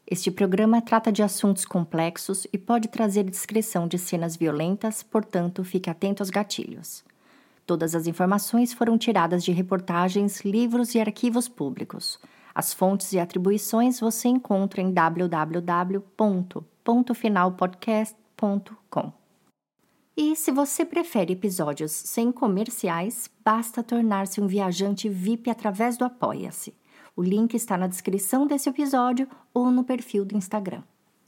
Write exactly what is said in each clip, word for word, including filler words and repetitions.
Este programa trata de assuntos complexos e pode trazer descrição de cenas violentas, portanto, fique atento aos gatilhos. Todas as informações foram tiradas de reportagens, livros e arquivos públicos. As fontes e atribuições você encontra em w w w ponto ponto final podcast ponto com. E se você prefere episódios sem comerciais, basta tornar-se um viajante V I P através do Apoia-se. O link está na descrição desse episódio ou no perfil do Instagram.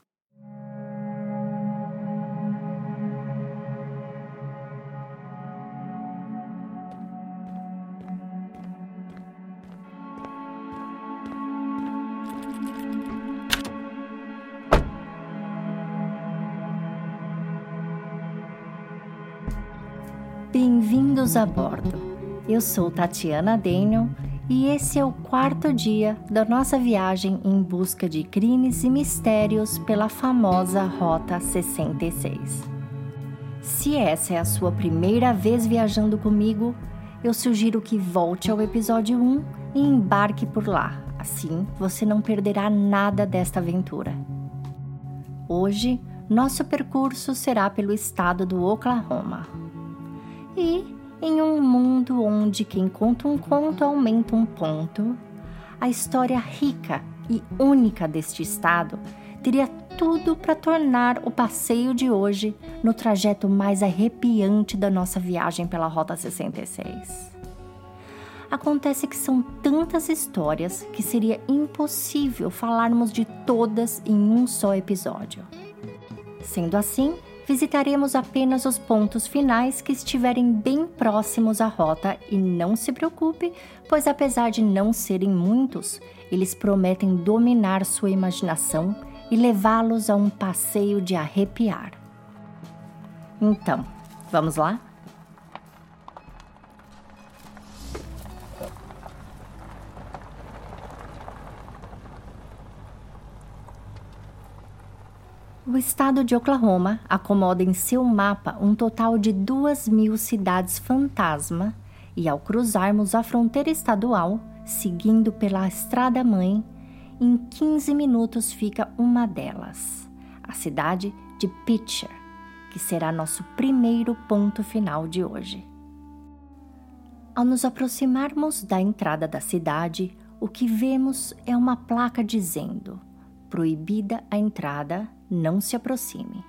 Bem-vindos a bordo. Eu sou Tatiana Daniel e esse é o quarto dia da nossa viagem em busca de crimes e mistérios pela famosa Rota sessenta e seis. Se essa é a sua primeira vez viajando comigo, eu sugiro que volte ao episódio um e embarque por lá. Assim, você não perderá nada desta aventura. Hoje, nosso percurso será pelo estado do Oklahoma. E, em um mundo onde quem conta um conto aumenta um ponto, a história rica e única deste estado teria tudo para tornar o passeio de hoje no trajeto mais arrepiante da nossa viagem pela Rota sessenta e seis. Acontece que são tantas histórias que seria impossível falarmos de todas em um só episódio. Sendo assim, visitaremos apenas os pontos finais que estiverem bem próximos à rota e não se preocupe, pois apesar de não serem muitos, eles prometem dominar sua imaginação e levá-los a um passeio de arrepiar. Então, vamos lá? O estado de Oklahoma acomoda em seu mapa um total de duas mil cidades fantasma e, ao cruzarmos a fronteira estadual, seguindo pela estrada-mãe, em quinze minutos fica uma delas, a cidade de Pitcher, que será nosso primeiro ponto final de hoje. Ao nos aproximarmos da entrada da cidade, o que vemos é uma placa dizendo: proibida a entrada, não se aproxime.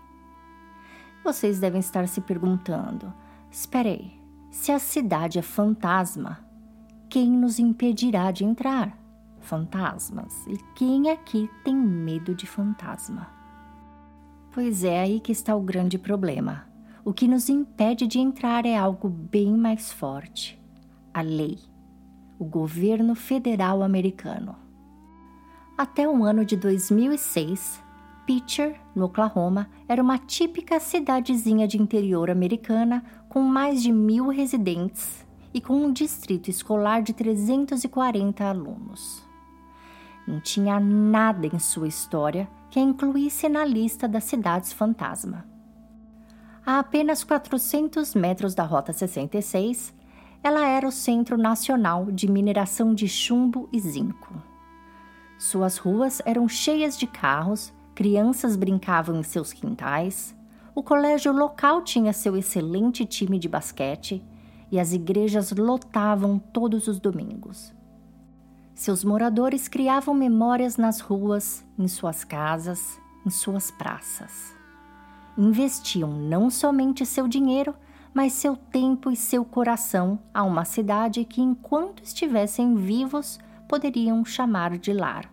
Vocês devem estar se perguntando: esperei, se a cidade é fantasma, quem nos impedirá de entrar? Fantasmas. E quem aqui tem medo de fantasma? Pois é aí que está o grande problema. O que nos impede de entrar é algo bem mais forte: a lei, o governo federal americano. Até o ano de dois mil e seis, Pitcher, no Oklahoma, era uma típica cidadezinha de interior americana com mais de mil residentes e com um distrito escolar de trezentos e quarenta alunos. Não tinha nada em sua história que a incluísse na lista das cidades fantasma. A apenas quatrocentos metros da Rota sessenta e seis, ela era o Centro Nacional de Mineração de Chumbo e Zinco. Suas ruas eram cheias de carros, crianças brincavam em seus quintais, o colégio local tinha seu excelente time de basquete e as igrejas lotavam todos os domingos. Seus moradores criavam memórias nas ruas, em suas casas, em suas praças. Investiam não somente seu dinheiro, mas seu tempo e seu coração a uma cidade que, enquanto estivessem vivos, poderiam chamar de lar.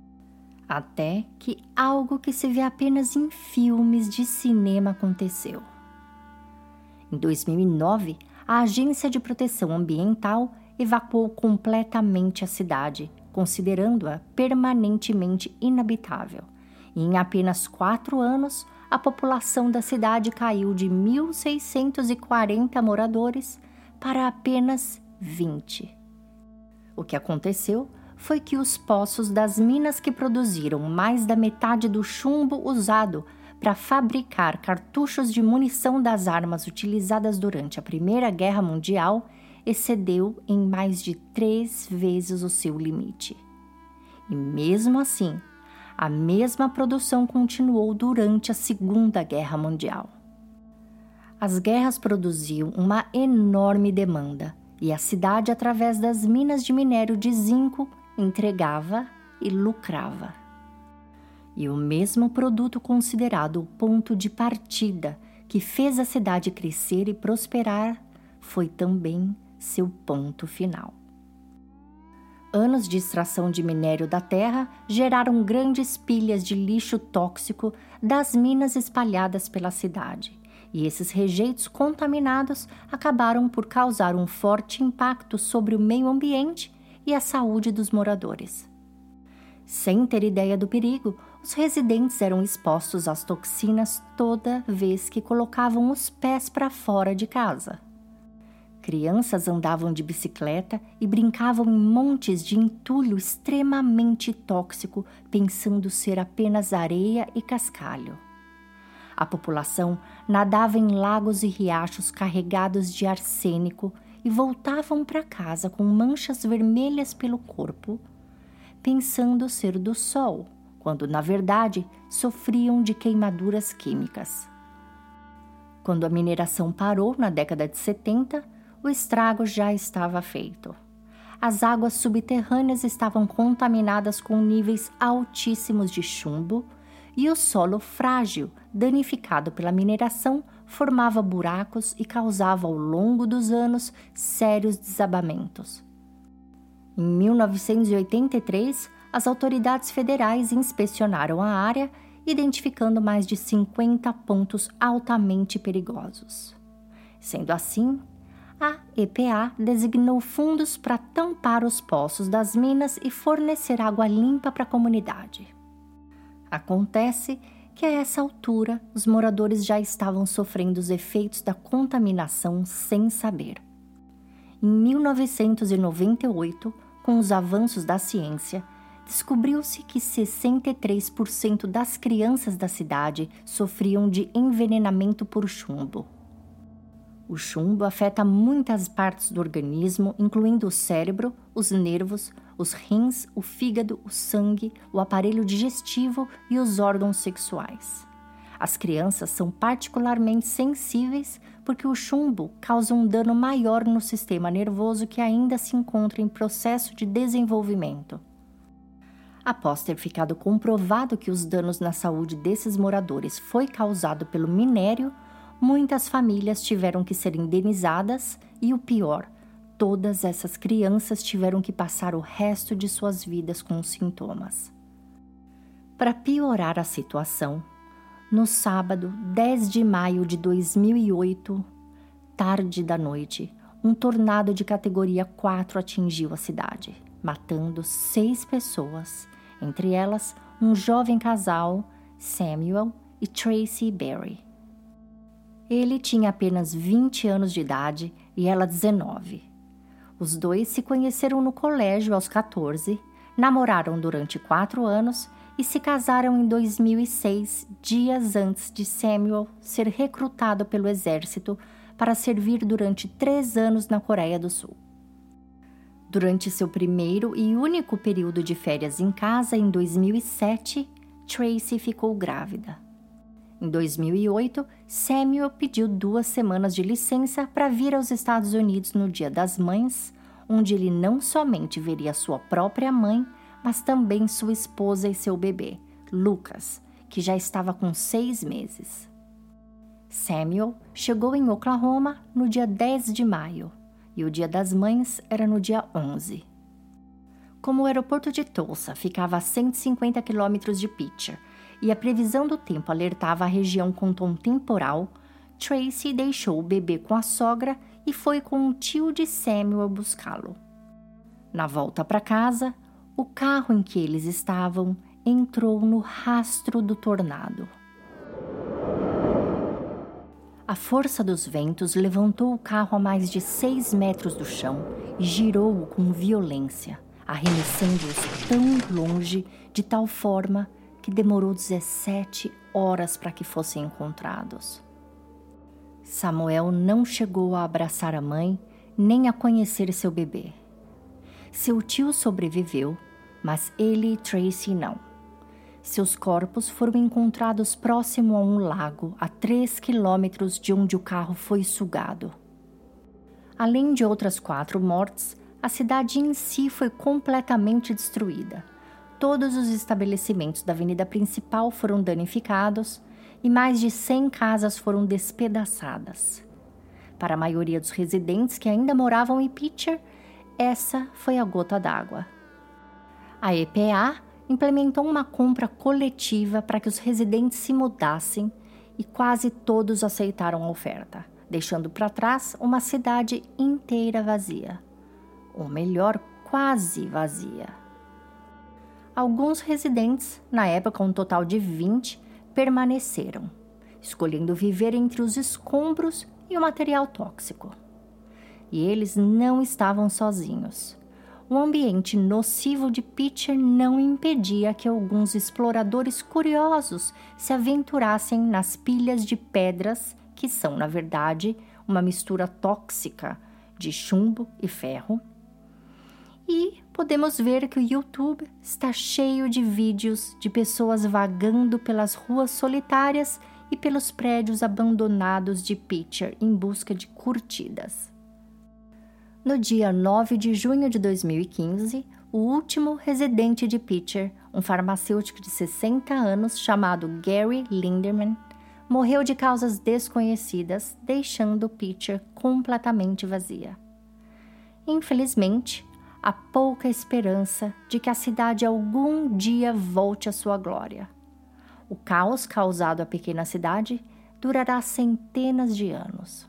Até que algo que se vê apenas em filmes de cinema aconteceu. Em dois mil e nove, a Agência de Proteção Ambiental evacuou completamente a cidade, considerando-a permanentemente inabitável. E em apenas quatro anos, a população da cidade caiu de mil seiscentos e quarenta moradores para apenas vinte. O que aconteceu foi que os poços das minas que produziram mais da metade do chumbo usado para fabricar cartuchos de munição das armas utilizadas durante a Primeira Guerra Mundial excedeu em mais de três vezes o seu limite. E mesmo assim, A mesma produção continuou durante a Segunda Guerra Mundial. As guerras produziam uma enorme demanda e a cidade, através das minas de minério de zinco, entregava e lucrava. E o mesmo produto considerado o ponto de partida que fez a cidade crescer e prosperar foi também seu ponto final. Anos de extração de minério da terra geraram grandes pilhas de lixo tóxico das minas espalhadas pela cidade, e esses rejeitos contaminados acabaram por causar um forte impacto sobre o meio ambiente e a saúde dos moradores. Sem ter ideia do perigo, os residentes eram expostos às toxinas toda vez que colocavam os pés para fora de casa. Crianças andavam de bicicleta e brincavam em montes de entulho extremamente tóxico, pensando ser apenas areia e cascalho. A população nadava em lagos e riachos carregados de arsênico e voltavam para casa com manchas vermelhas pelo corpo, pensando ser do sol, quando na verdade sofriam de queimaduras químicas. Quando a mineração parou na década de setenta, o estrago já estava feito. As águas subterrâneas estavam contaminadas com níveis altíssimos de chumbo e o solo frágil, danificado pela mineração, formava buracos e causava ao longo dos anos sérios desabamentos. Em mil novecentos e oitenta e três, as autoridades federais inspecionaram a área, identificando mais de cinquenta pontos altamente perigosos. Sendo assim, a E P A designou fundos para tampar os poços das minas e fornecer água limpa para a comunidade. Acontece que a essa altura os moradores já estavam sofrendo os efeitos da contaminação sem saber. Em mil novecentos e noventa e oito, com os avanços da ciência, descobriu-se que sessenta e três por cento das crianças da cidade sofriam de envenenamento por chumbo. O chumbo afeta muitas partes do organismo, incluindo o cérebro, os nervos, os rins, o fígado, o sangue, o aparelho digestivo e os órgãos sexuais. As crianças são particularmente sensíveis porque o chumbo causa um dano maior no sistema nervoso que ainda se encontra em processo de desenvolvimento. Após ter ficado comprovado que os danos na saúde desses moradores foi causado pelo minério, muitas famílias tiveram que ser indenizadas e, o pior, todas essas crianças tiveram que passar o resto de suas vidas com os sintomas. Para piorar a situação, no sábado, dez de maio de dois mil e oito, tarde da noite, um tornado de categoria quatro atingiu a cidade, matando seis pessoas, entre elas um jovem casal, Samuel e Tracy Berry. Ele tinha apenas vinte anos de idade e ela dezenove. Os dois se conheceram no colégio aos catorze, namoraram durante quatro anos e se casaram em dois mil e seis, dias antes de Samuel ser recrutado pelo exército para servir durante três anos na Coreia do Sul. Durante seu primeiro e único período de férias em casa, em dois mil e sete, Tracy ficou grávida. Em dois mil e oito, Samuel pediu duas semanas de licença para vir aos Estados Unidos no Dia das Mães, onde ele não somente veria sua própria mãe, mas também sua esposa e seu bebê, Lucas, que já estava com seis meses. Samuel chegou em Oklahoma no dia dez de maio e o Dia das Mães era no dia onze. Como o aeroporto de Tulsa ficava a cento e cinquenta quilômetros de Pitcher e a previsão do tempo alertava a região com tom temporal, Tracy deixou o bebê com a sogra e foi com o tio de Samuel buscá-lo. Na volta para casa, o carro em que eles estavam entrou no rastro do tornado. A força dos ventos levantou o carro a mais de seis metros do chão e girou-o com violência, arremessando-os tão longe de tal forma que demorou dezessete horas para que fossem encontrados. Samuel não chegou a abraçar a mãe nem a conhecer seu bebê. Seu tio sobreviveu, mas ele e Tracy não. seus corpos foram encontrados próximo a um lago, a três quilômetros de onde o carro foi sugado. Além de outras quatro mortes, a cidade em si foi completamente destruída. Todos os estabelecimentos da avenida principal foram danificados e mais de cem casas foram despedaçadas. Para a maioria dos residentes que ainda moravam em Pitcher, essa foi a gota d'água. A E P A implementou uma compra coletiva para que os residentes se mudassem e quase todos aceitaram a oferta, deixando para trás uma cidade inteira vazia. Ou melhor, quase vazia. Alguns residentes, na época um total de vinte, permaneceram, escolhendo viver entre os escombros e o material tóxico. E eles não estavam sozinhos. O ambiente nocivo de Pitcher não impedia que alguns exploradores curiosos se aventurassem nas pilhas de pedras, que são, na verdade, uma mistura tóxica de chumbo e ferro. E podemos ver que o YouTube está cheio de vídeos de pessoas vagando pelas ruas solitárias e pelos prédios abandonados de Pitcher em busca de curtidas. No dia nove de junho de dois mil e quinze, o último residente de Pitcher, um farmacêutico de sessenta anos chamado Gary Linderman, morreu de causas desconhecidas, deixando Pitcher completamente vazia. Infelizmente, há pouca esperança de que a cidade algum dia volte à sua glória. O caos causado à pequena cidade durará centenas de anos.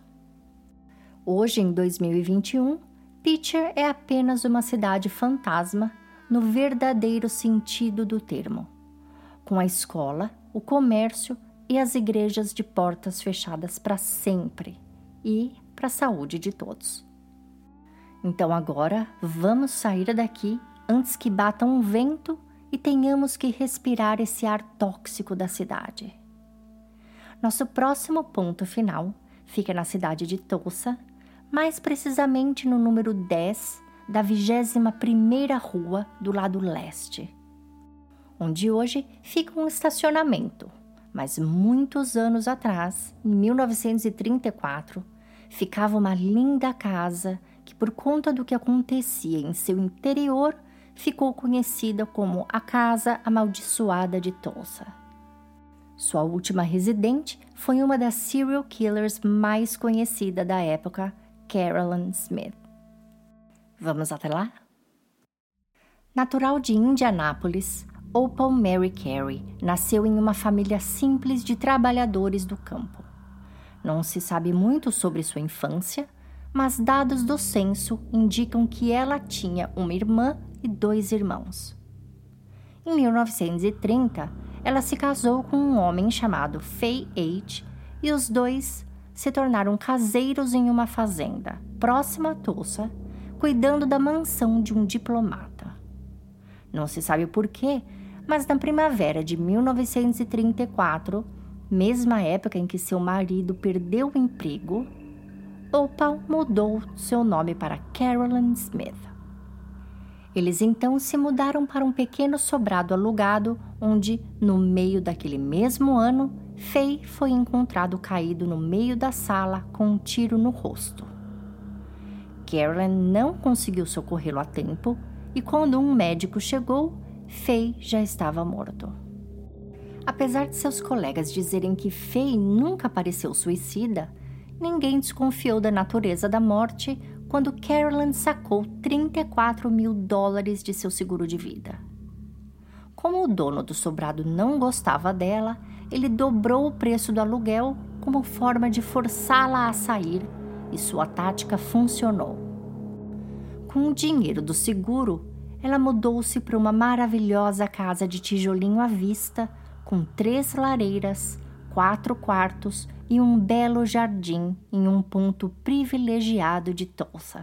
Hoje, em dois mil e vinte e um, Pitcher é apenas uma cidade fantasma no verdadeiro sentido do termo, com a escola, o comércio e as igrejas de portas fechadas para sempre e para a saúde de todos. Então agora vamos sair daqui antes que bata um vento e tenhamos que respirar esse ar tóxico da cidade. Nosso próximo ponto final fica na cidade de Tulsa, mais precisamente no número dez da vigésima primeira rua do lado leste, onde hoje fica um estacionamento, mas muitos anos atrás, em mil novecentos e trinta e quatro, ficava uma linda casa que, por conta do que acontecia em seu interior, ficou conhecida como a Casa Amaldiçoada de Tulsa. Sua última residente foi uma das serial killers mais conhecidas da época, Carolyn Smith. Vamos até lá? Natural de Indianápolis, Opal Mary Carey nasceu em uma família simples de trabalhadores do campo. Não se sabe muito sobre sua infância, mas dados do censo indicam que ela tinha uma irmã e dois irmãos. Em mil novecentos e trinta, ela se casou com um homem chamado Fay H. e os dois se tornaram caseiros em uma fazenda próxima a Tulsa, cuidando da mansão de um diplomata. Não se sabe o porquê, mas na primavera de mil novecentos e trinta e quatro, mesma época em que seu marido perdeu o emprego, Opal mudou seu nome para Carolyn Smith. Eles então se mudaram para um pequeno sobrado alugado, onde, no meio daquele mesmo ano, Fay foi encontrado caído no meio da sala com um tiro no rosto. Carolyn não conseguiu socorrê-lo a tempo e, quando um médico chegou, Fay já estava morto. Apesar de seus colegas dizerem que Fay nunca pareceu suicida, ninguém desconfiou da natureza da morte quando Carolyn sacou trinta e quatro mil dólares de seu seguro de vida. Como o dono do sobrado não gostava dela, ele dobrou o preço do aluguel como forma de forçá-la a sair, e sua tática funcionou. Com o dinheiro do seguro, ela mudou-se para uma maravilhosa casa de tijolinho à vista, com três lareiras, quatro quartos e um belo jardim em um ponto privilegiado de Tulsa.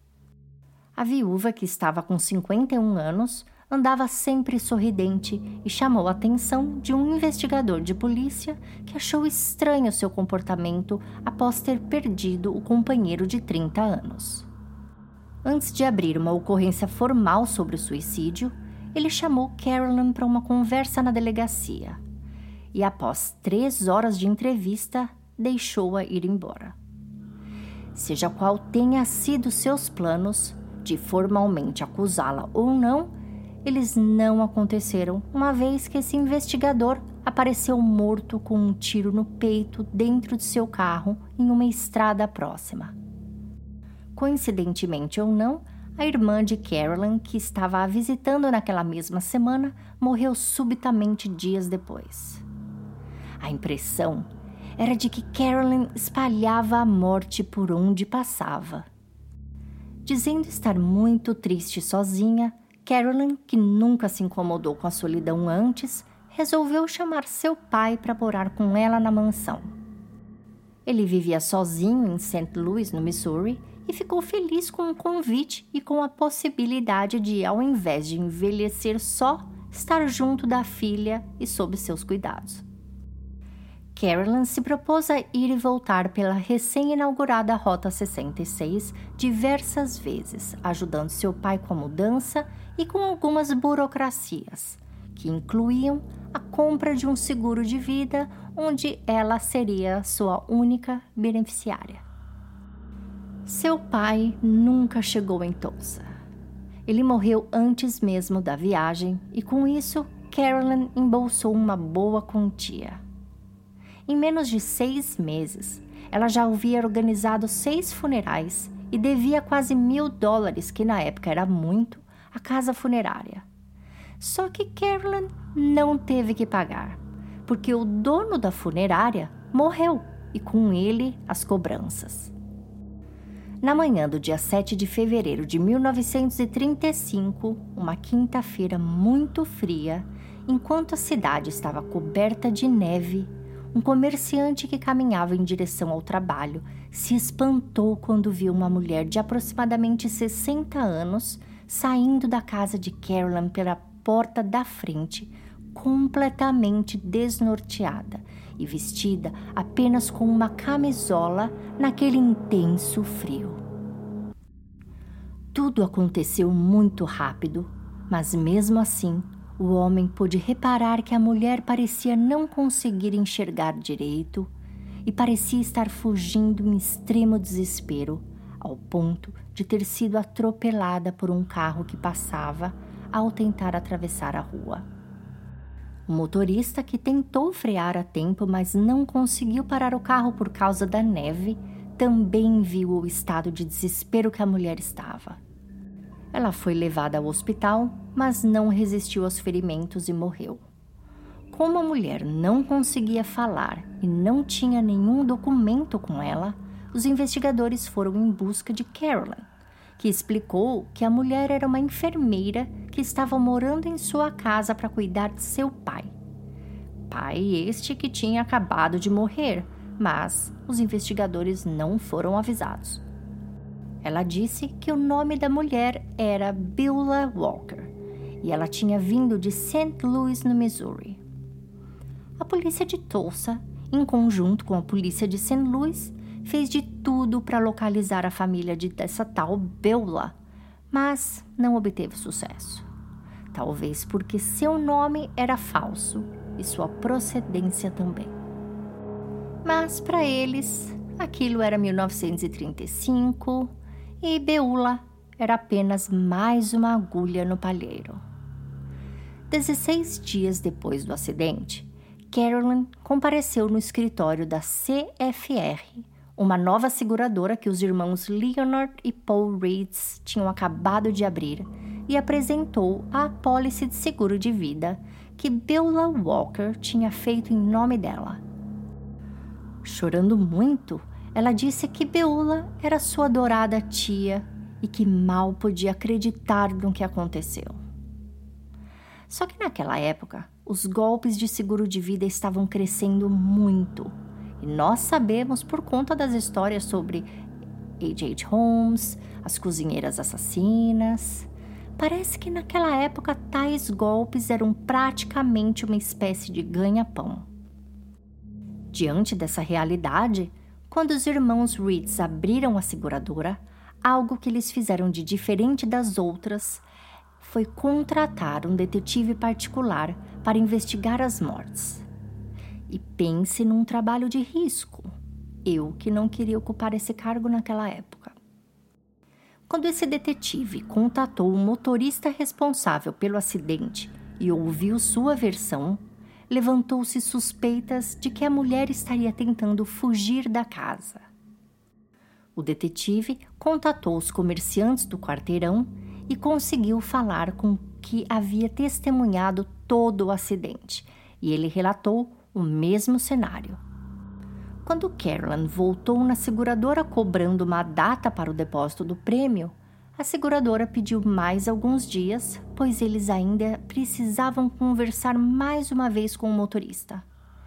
A viúva, que estava com cinquenta e um anos, andava sempre sorridente e chamou a atenção de um investigador de polícia que achou estranho seu comportamento após ter perdido o companheiro de trinta anos. Antes de abrir uma ocorrência formal sobre o suicídio, ele chamou Carolyn para uma conversa na delegacia e, após três horas de entrevista, deixou-a ir embora. Seja qual tenha sido seus planos de formalmente acusá-la ou não, eles não aconteceram, uma vez que esse investigador apareceu morto com um tiro no peito dentro de seu carro em uma estrada próxima. Coincidentemente ou não, a irmã de Carolyn, que estava a visitando naquela mesma semana, morreu subitamente dias depois. A impressão era de que Carolyn espalhava a morte por onde passava. Dizendo estar muito triste sozinha, Carolyn, que nunca se incomodou com a solidão antes, resolveu chamar seu pai para morar com ela na mansão. Ele vivia sozinho em Saint Louis, no Missouri, e ficou feliz com o convite e com a possibilidade de, ao invés de envelhecer só, estar junto da filha e sob seus cuidados. Carolyn se propôs a ir e voltar pela recém-inaugurada Rota sessenta e seis diversas vezes, ajudando seu pai com a mudança e com algumas burocracias, que incluíam a compra de um seguro de vida, onde ela seria sua única beneficiária. Seu pai nunca chegou em Tulsa. Ele morreu antes mesmo da viagem e, com isso, Carolyn embolsou uma boa quantia. Em menos de seis meses, ela já havia organizado seis funerais e devia quase mil dólares, que na época era muito, à casa funerária. Só que Carolyn não teve que pagar, porque o dono da funerária morreu e com ele as cobranças. Na manhã do dia sete de fevereiro de mil novecentos e trinta e cinco, uma quinta-feira muito fria, enquanto a cidade estava coberta de neve, um comerciante que caminhava em direção ao trabalho se espantou quando viu uma mulher de aproximadamente sessenta anos saindo da casa de Carolyn pela porta da frente, completamente desnorteada e vestida apenas com uma camisola naquele intenso frio. Tudo aconteceu muito rápido, mas mesmo assim, o homem pôde reparar que a mulher parecia não conseguir enxergar direito e parecia estar fugindo em extremo desespero, ao ponto de ter sido atropelada por um carro que passava ao tentar atravessar a rua. O motorista, que tentou frear a tempo, mas não conseguiu parar o carro por causa da neve, também viu o estado de desespero que a mulher estava. Ela foi levada ao hospital, mas não resistiu aos ferimentos e morreu. Como a mulher não conseguia falar e não tinha nenhum documento com ela, os investigadores foram em busca de Carolyn, que explicou que a mulher era uma enfermeira que estava morando em sua casa para cuidar de seu pai. Pai este que tinha acabado de morrer, mas os investigadores não foram avisados. Ela disse que o nome da mulher era Beulah Walker e ela tinha vindo de Saint Louis, no Missouri. A polícia de Tulsa, em conjunto com a polícia de Saint Louis, fez de tudo para localizar a família de, dessa tal Beulah, mas não obteve sucesso. Talvez porque seu nome era falso e sua procedência também. Mas para eles, aquilo era mil novecentos e trinta e cinco e Beulah era apenas mais uma agulha no palheiro. dezesseis dias depois do acidente, Carolyn compareceu no escritório da C F R, uma nova seguradora que os irmãos Leonard e Paul Reeds tinham acabado de abrir, e apresentou a apólice de seguro de vida que Beulah Walker tinha feito em nome dela. Chorando muito, ela disse que Beulah era sua adorada tia e que mal podia acreditar no que aconteceu. Só que naquela época, os golpes de seguro de vida estavam crescendo muito. E nós sabemos por conta das histórias sobre H H. Holmes, as cozinheiras assassinas. Parece que naquela época tais golpes eram praticamente uma espécie de ganha-pão. Diante dessa realidade, quando os irmãos Reeds abriram a seguradora, algo que eles fizeram de diferente das outras foi contratar um detetive particular para investigar as mortes. E pense num trabalho de risco. Eu que não queria ocupar esse cargo naquela época. Quando esse detetive contatou o motorista responsável pelo acidente e ouviu sua versão, levantou-se suspeitas de que a mulher estaria tentando fugir da casa. O detetive contatou os comerciantes do quarteirão e conseguiu falar com o que havia testemunhado todo o acidente, e ele relatou o mesmo cenário. Quando Carolyn voltou na seguradora cobrando uma data para o depósito do prêmio, a seguradora pediu mais alguns dias, pois eles ainda precisavam conversar mais uma vez com o motorista.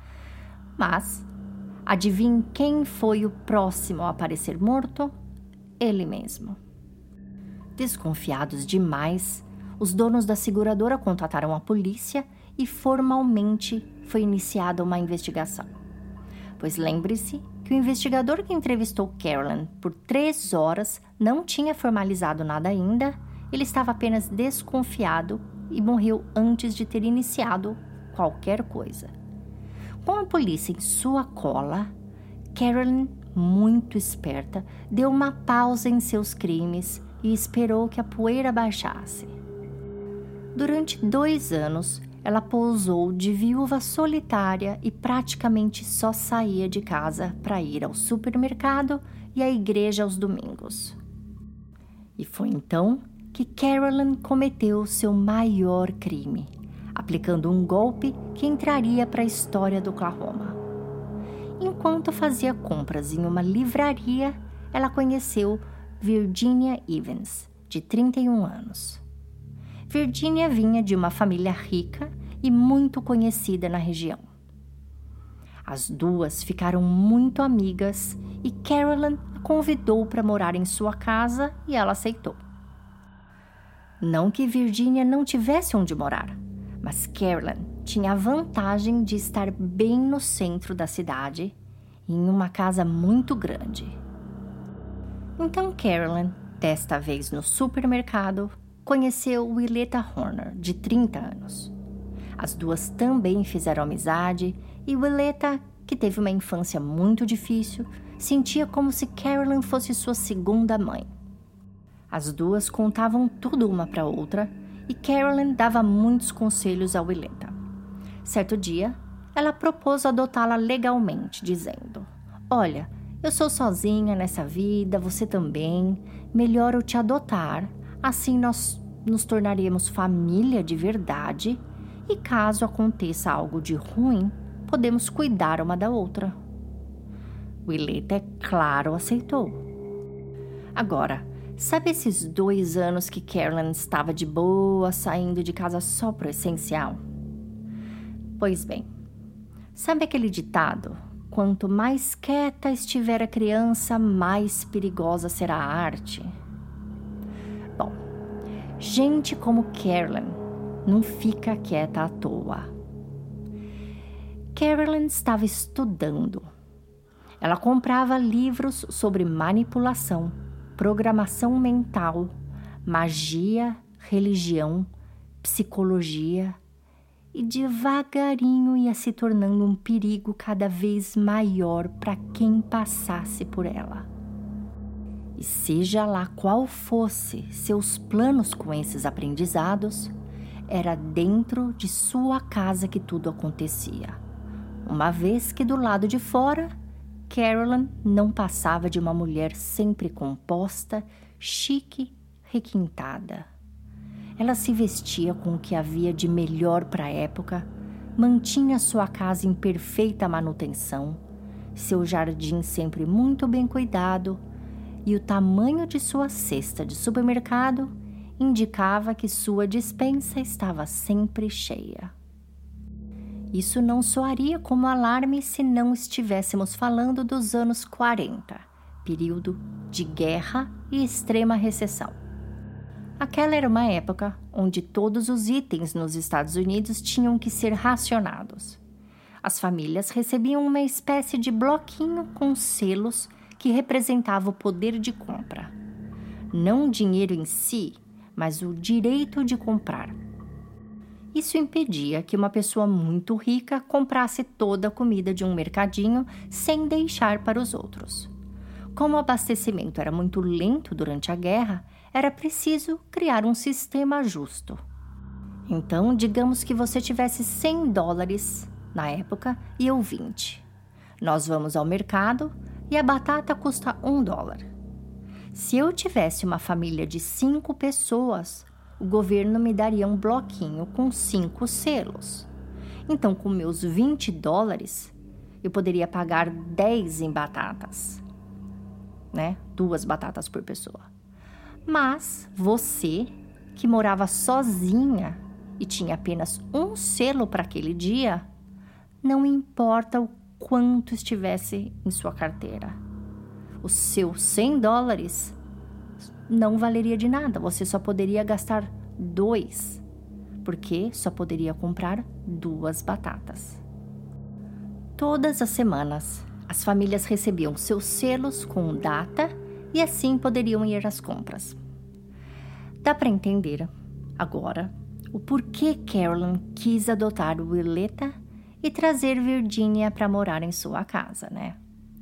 Mas, adivinhe quem foi o próximo a aparecer morto? Ele mesmo. Desconfiados demais, os donos da seguradora contataram a polícia e formalmente foi iniciada uma investigação. Pois lembre-se que o investigador que entrevistou Carolyn por três horas não tinha formalizado nada ainda, ele estava apenas desconfiado e morreu antes de ter iniciado qualquer coisa. Com a polícia em sua cola, Carolyn, muito esperta, deu uma pausa em seus crimes e esperou que a poeira baixasse. Durante dois anos, ela pousou de viúva solitária e praticamente só saía de casa para ir ao supermercado e à igreja aos domingos. E foi então que Carolyn cometeu seu maior crime, aplicando um golpe que entraria para a história do Oklahoma. Enquanto fazia compras em uma livraria, ela conheceu Virginia Evans, de trinta e um anos. Virginia vinha de uma família rica e muito conhecida na região. As duas ficaram muito amigas e Carolyn a convidou para morar em sua casa e ela aceitou. Não que Virginia não tivesse onde morar, mas Carolyn tinha a vantagem de estar bem no centro da cidade, em uma casa muito grande. Então Carolyn, desta vez no supermercado, conheceu Willetta Horner, de trinta anos. As duas também fizeram amizade e Willetta, que teve uma infância muito difícil, sentia como se Carolyn fosse sua segunda mãe. As duas contavam tudo uma para outra e Carolyn dava muitos conselhos a Willetta. Certo dia, ela propôs adotá-la legalmente, dizendo: "Olha, eu sou sozinha nessa vida, você também. Melhor eu te adotar. Assim nós nos tornaremos família de verdade e caso aconteça algo de ruim, podemos cuidar uma da outra." Willetta, é claro, aceitou. Agora, sabe esses dois anos que Carolyn estava de boa, saindo de casa só pro essencial? Pois bem, sabe aquele ditado? Quanto mais quieta estiver a criança, mais perigosa será a arte. Bom, gente como Carolyn não fica quieta à toa. Carolyn estava estudando. Ela comprava livros sobre manipulação, programação mental, magia, religião, psicologia e devagarinho ia se tornando um perigo cada vez maior para quem passasse por ela. E seja lá qual fosse seus planos com esses aprendizados, era dentro de sua casa que tudo acontecia. Uma vez que do lado de fora, Carolyn não passava de uma mulher sempre composta, chique, requintada. Ela se vestia com o que havia de melhor para a época, mantinha sua casa em perfeita manutenção, seu jardim sempre muito bem cuidado, e o tamanho de sua cesta de supermercado indicava que sua despensa estava sempre cheia. Isso não soaria como alarme se não estivéssemos falando dos anos quarenta, período de guerra e extrema recessão. Aquela era uma época onde todos os itens nos Estados Unidos tinham que ser racionados. As famílias recebiam uma espécie de bloquinho com selos que representava o poder de compra. Não o dinheiro em si, mas o direito de comprar. Isso impedia que uma pessoa muito rica comprasse toda a comida de um mercadinho sem deixar para os outros. Como o abastecimento era muito lento durante a guerra, era preciso criar um sistema justo. Então, digamos que você tivesse cem dólares na época e eu vinte. Nós vamos ao mercado e a batata custa um dólar. Se eu tivesse uma família de cinco pessoas, o governo me daria um bloquinho com cinco selos. Então, com meus vinte dólares, eu poderia pagar dez em batatas, né? Duas batatas por pessoa. Mas você, que morava sozinha e tinha apenas um selo para aquele dia, não importa o quanto estivesse em sua carteira. Os seus cem dólares não valeria de nada. Você só poderia gastar dois, porque só poderia comprar duas batatas. Todas as semanas, as famílias recebiam seus selos com data e assim poderiam ir às compras. Dá para entender agora o porquê Carolyn quis adotar Willetta e trazer Virginia para morar em sua casa, né?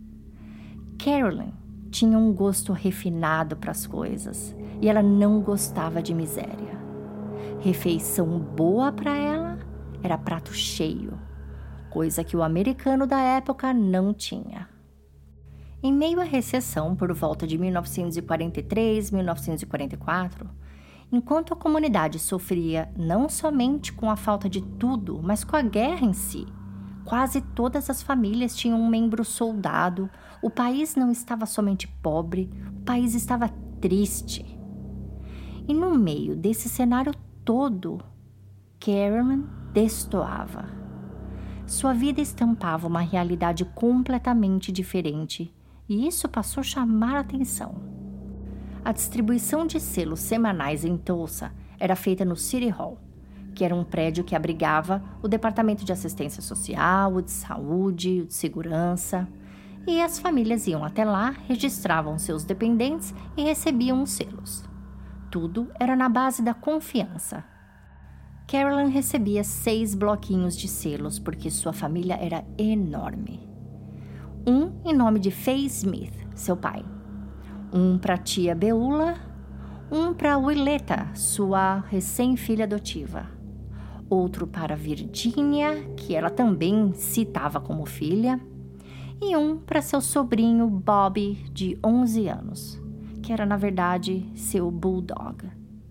Carolyn tinha um gosto refinado para as coisas e ela não gostava de miséria. Refeição boa para ela era prato cheio, coisa que o americano da época não tinha. Em meio à recessão por volta de mil novecentos e quarenta e três, mil novecentos e quarenta e quatro, enquanto a comunidade sofria não somente com a falta de tudo, mas com a guerra em si, quase todas as famílias tinham um membro soldado, o país não estava somente pobre, o país estava triste. E no meio desse cenário todo, Carolyn destoava. Sua vida estampava uma realidade completamente diferente, e isso passou a chamar a atenção. A distribuição de selos semanais em Tulsa era feita no City Hall, que era um prédio que abrigava o Departamento de Assistência Social, o de Saúde, o de Segurança, e as famílias iam até lá, registravam seus dependentes e recebiam os selos. Tudo era na base da confiança. Carolyn recebia seis bloquinhos de selos porque sua família era enorme. Um em nome de Faye Smith, seu pai. Um para a tia Beula, um para Willetta, sua recém-filha adotiva. Outro para Virginia, que ela também citava como filha. E um para seu sobrinho Bobby, de onze anos, que era, na verdade, seu bulldog.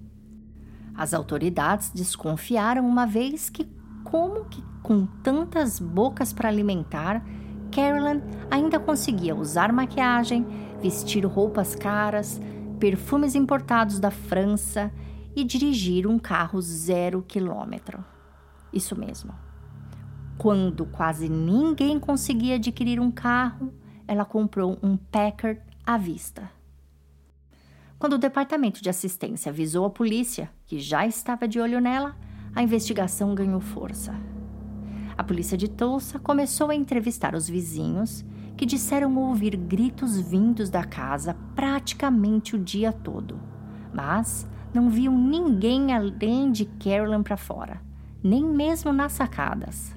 As autoridades desconfiaram uma vez que, como que com tantas bocas para alimentar, Carolyn ainda conseguia usar maquiagem, vestir roupas caras, perfumes importados da França e dirigir um carro zero quilômetro. Isso mesmo. Quando quase ninguém conseguia adquirir um carro, ela comprou um Packard à vista. Quando o Departamento de Assistência avisou a polícia, que já estava de olho nela, a investigação ganhou força. A polícia de Tulsa começou a entrevistar os vizinhos, que disseram ouvir gritos vindos da casa praticamente o dia todo, mas não viam ninguém além de Carolyn para fora, nem mesmo nas sacadas.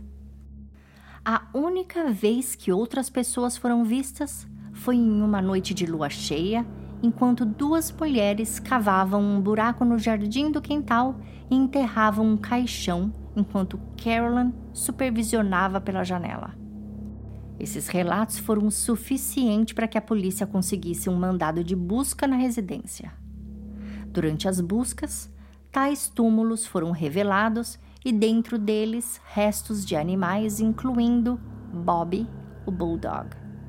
A única vez que outras pessoas foram vistas foi em uma noite de lua cheia, enquanto duas mulheres cavavam um buraco no jardim do quintal e enterravam um caixão enquanto Carolyn supervisionava pela janela. Esses relatos foram suficientes para que a polícia conseguisse um mandado de busca na residência. Durante as buscas, tais túmulos foram revelados e dentro deles restos de animais, incluindo Bobby, o bulldog.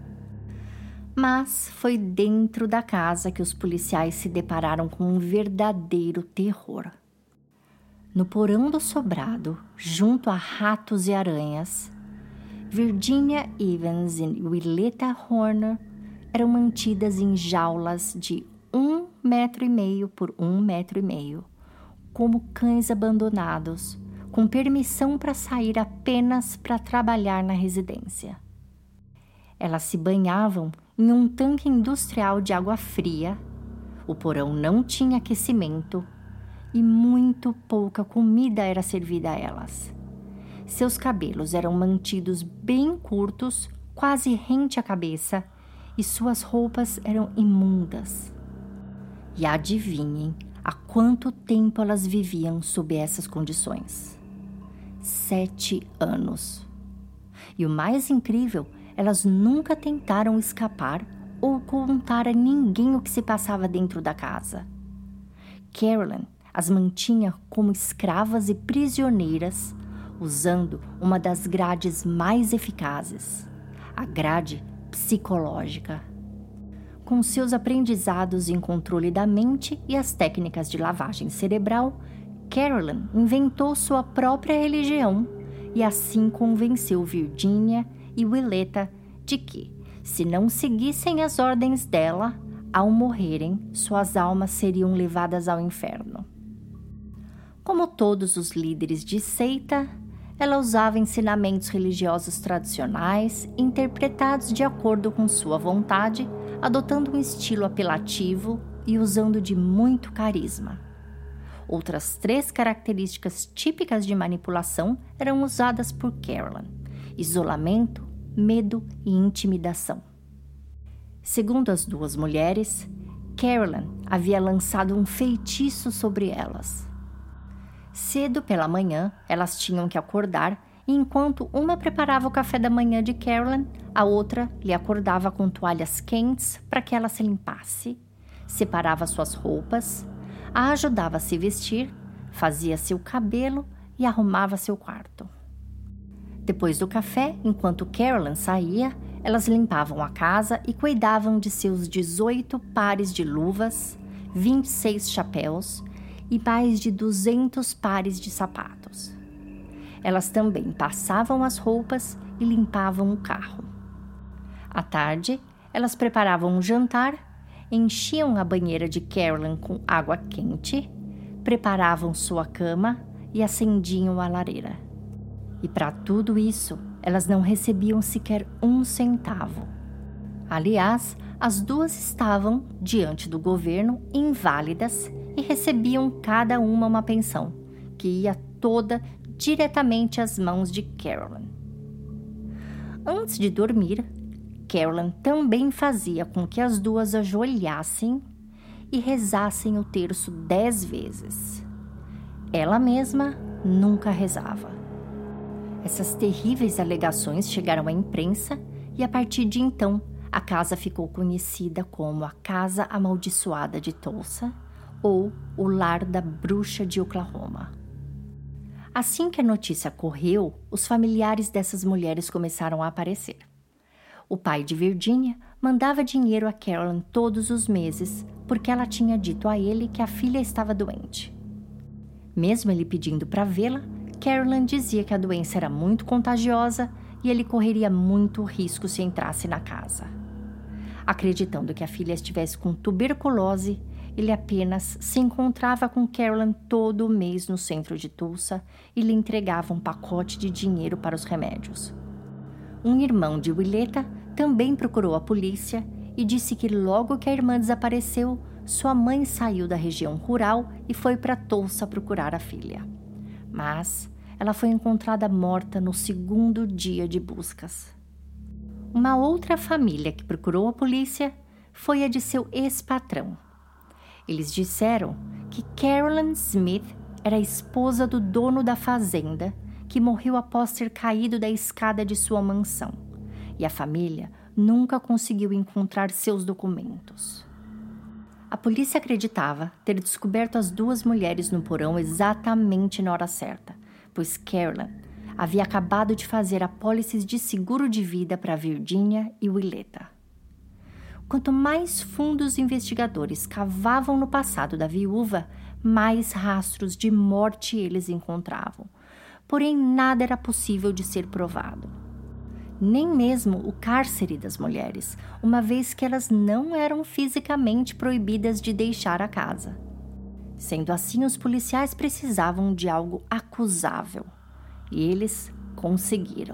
Mas foi dentro da casa que os policiais se depararam com um verdadeiro terror. No porão do sobrado, junto a ratos e aranhas, Virginia Evans e Willetta Horner eram mantidas em jaulas de um metro e meio por um metro e meio, como cães abandonados, com permissão para sair apenas para trabalhar na residência. Elas se banhavam em um tanque industrial de água fria, o porão não tinha aquecimento e muito pouca comida era servida a elas. Seus cabelos eram mantidos bem curtos, quase rente à cabeça, e suas roupas eram imundas. E adivinhem há quanto tempo elas viviam sob essas condições? Sete anos. E o mais incrível, elas nunca tentaram escapar ou contar a ninguém o que se passava dentro da casa. Carolyn as mantinha como escravas e prisioneiras, usando uma das grades mais eficazes, a grade psicológica. Com seus aprendizados em controle da mente e as técnicas de lavagem cerebral, Carolyn inventou sua própria religião e assim convenceu Virginia e Willetta de que, se não seguissem as ordens dela, ao morrerem, suas almas seriam levadas ao inferno. Como todos os líderes de seita, ela usava ensinamentos religiosos tradicionais, interpretados de acordo com sua vontade, adotando um estilo apelativo e usando de muito carisma. Outras três características típicas de manipulação eram usadas por Carolyn: isolamento, medo e intimidação. Segundo as duas mulheres, Carolyn havia lançado um feitiço sobre elas. Cedo pela manhã, elas tinham que acordar e enquanto uma preparava o café da manhã de Carolyn, a outra lhe acordava com toalhas quentes para que ela se limpasse, separava suas roupas, a ajudava a se vestir, fazia seu cabelo e arrumava seu quarto. Depois do café, enquanto Carolyn saía, elas limpavam a casa e cuidavam de seus dezoito pares de luvas, vinte e seis chapéus e mais de duzentos pares de sapatos. Elas também passavam as roupas e limpavam o carro. À tarde, elas preparavam um jantar, enchiam a banheira de Carolyn com água quente, preparavam sua cama e acendiam a lareira. E para tudo isso, elas não recebiam sequer um centavo. Aliás, as duas estavam, diante do governo, inválidas e recebiam cada uma uma pensão, que ia toda diretamente às mãos de Carolyn. Antes de dormir, Carolyn também fazia com que as duas ajoelhassem e rezassem o terço dez vezes. Ela mesma nunca rezava. Essas terríveis alegações chegaram à imprensa e, a partir de então, a casa ficou conhecida como a Casa Amaldiçoada de Tulsa ou o Lar da Bruxa de Oklahoma. Assim que a notícia correu, os familiares dessas mulheres começaram a aparecer. O pai de Virginia mandava dinheiro a Carolyn todos os meses porque ela tinha dito a ele que a filha estava doente. Mesmo ele pedindo para vê-la, Carolyn dizia que a doença era muito contagiosa e ele correria muito risco se entrasse na casa. Acreditando que a filha estivesse com tuberculose, ele apenas se encontrava com Carolyn todo mês no centro de Tulsa e lhe entregava um pacote de dinheiro para os remédios. Um irmão de Willetta também procurou a polícia e disse que logo que a irmã desapareceu, sua mãe saiu da região rural e foi para Tulsa procurar a filha. Mas ela foi encontrada morta no segundo dia de buscas. Uma outra família que procurou a polícia foi a de seu ex-patrão. Eles disseram que Carolyn Smith era a esposa do dono da fazenda, que morreu após ter caído da escada de sua mansão, e a família nunca conseguiu encontrar seus documentos. A polícia acreditava ter descoberto as duas mulheres no porão exatamente na hora certa, pois Carolyn havia acabado de fazer apólices de seguro de vida para Virginia e Willetta. Quanto mais fundo os investigadores cavavam no passado da viúva, mais rastros de morte eles encontravam. Porém, nada era possível de ser provado. Nem mesmo o cárcere das mulheres, uma vez que elas não eram fisicamente proibidas de deixar a casa. Sendo assim, os policiais precisavam de algo acusável. E eles conseguiram.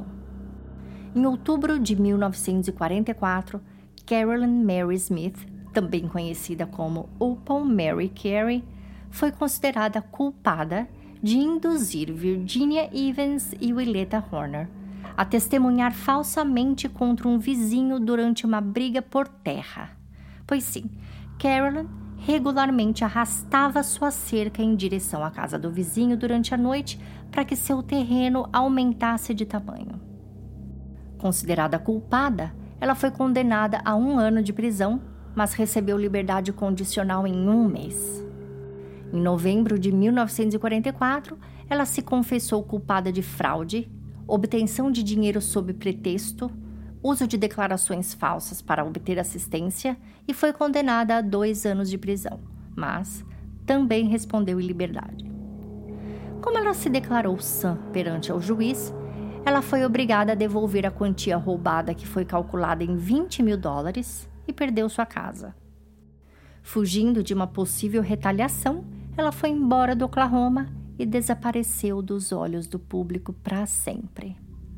Em outubro de mil novecentos e quarenta e quatro, Carolyn Mary Smith, também conhecida como Opal Mary Carey, foi considerada culpada de induzir Virginia Evans e Willetta Horner a testemunhar falsamente contra um vizinho durante uma briga por terra. Pois sim, Carolyn regularmente arrastava sua cerca em direção à casa do vizinho durante a noite para que seu terreno aumentasse de tamanho. Considerada culpada, ela foi condenada a um ano de prisão, mas recebeu liberdade condicional em um mês. Em novembro de mil novecentos e quarenta e quatro, ela se confessou culpada de fraude, obtenção de dinheiro sob pretexto, uso de declarações falsas para obter assistência e foi condenada a dois anos de prisão, mas também respondeu em liberdade. Como ela se declarou sã perante ao juiz, ela foi obrigada a devolver a quantia roubada, que foi calculada em vinte mil dólares, e perdeu sua casa. Fugindo de uma possível retaliação, ela foi embora do Oklahoma e desapareceu dos olhos do público para sempre.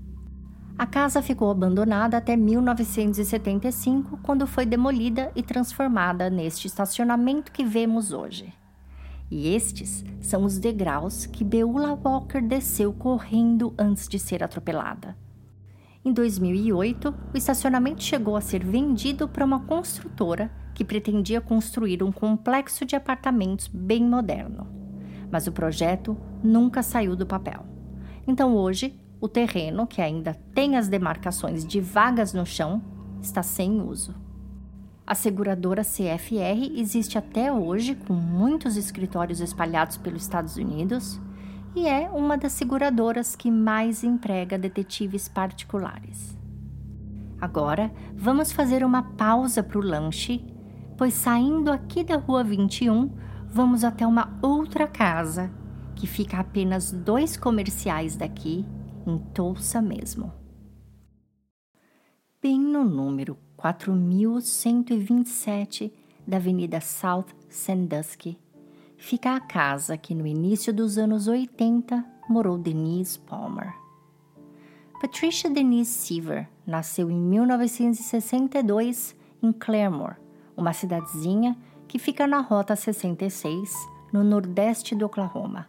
A casa ficou abandonada até mil novecentos e setenta e cinco, quando foi demolida e transformada neste estacionamento que vemos hoje. E estes são os degraus que Beulah Walker desceu correndo antes de ser atropelada. Em dois mil e oito, o estacionamento chegou a ser vendido para uma construtora que pretendia construir um complexo de apartamentos bem moderno. Mas o projeto nunca saiu do papel. Então hoje, o terreno, que ainda tem as demarcações de vagas no chão, está sem uso. A seguradora C F R existe até hoje, com muitos escritórios espalhados pelos Estados Unidos, e é uma das seguradoras que mais emprega detetives particulares. Agora, vamos fazer uma pausa para o lanche, pois saindo aqui da Rua vinte e um, vamos até uma outra casa, que fica a apenas dois comerciais daqui, em Tulsa mesmo. Bem no número quatro mil cento e vinte e sete da Avenida South Sandusky, fica a casa que no início dos anos oitenta morou Denise Palmer. Patricia Denise Seaver nasceu em mil novecentos e sessenta e dois em Claremore, uma cidadezinha que fica na Rota sessenta e seis, no nordeste do Oklahoma.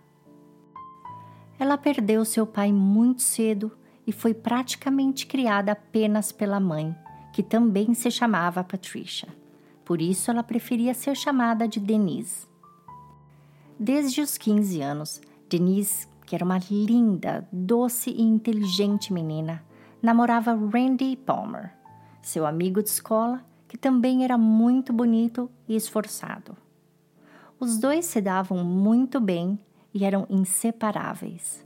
Ela perdeu seu pai muito cedo e foi praticamente criada apenas pela mãe, que também se chamava Patricia. Por isso, ela preferia ser chamada de Denise. Desde os quinze anos, Denise, que era uma linda, doce e inteligente menina, namorava Randy Palmer, seu amigo de escola, que também era muito bonito e esforçado. Os dois se davam muito bem e eram inseparáveis.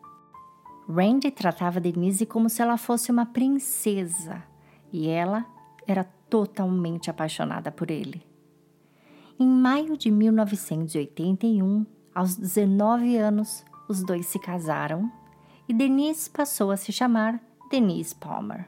Randy tratava Denise como se ela fosse uma princesa e ela era totalmente apaixonada por ele. Em maio de mil novecentos e oitenta e um, aos dezenove anos, os dois se casaram e Denise passou a se chamar Denise Palmer.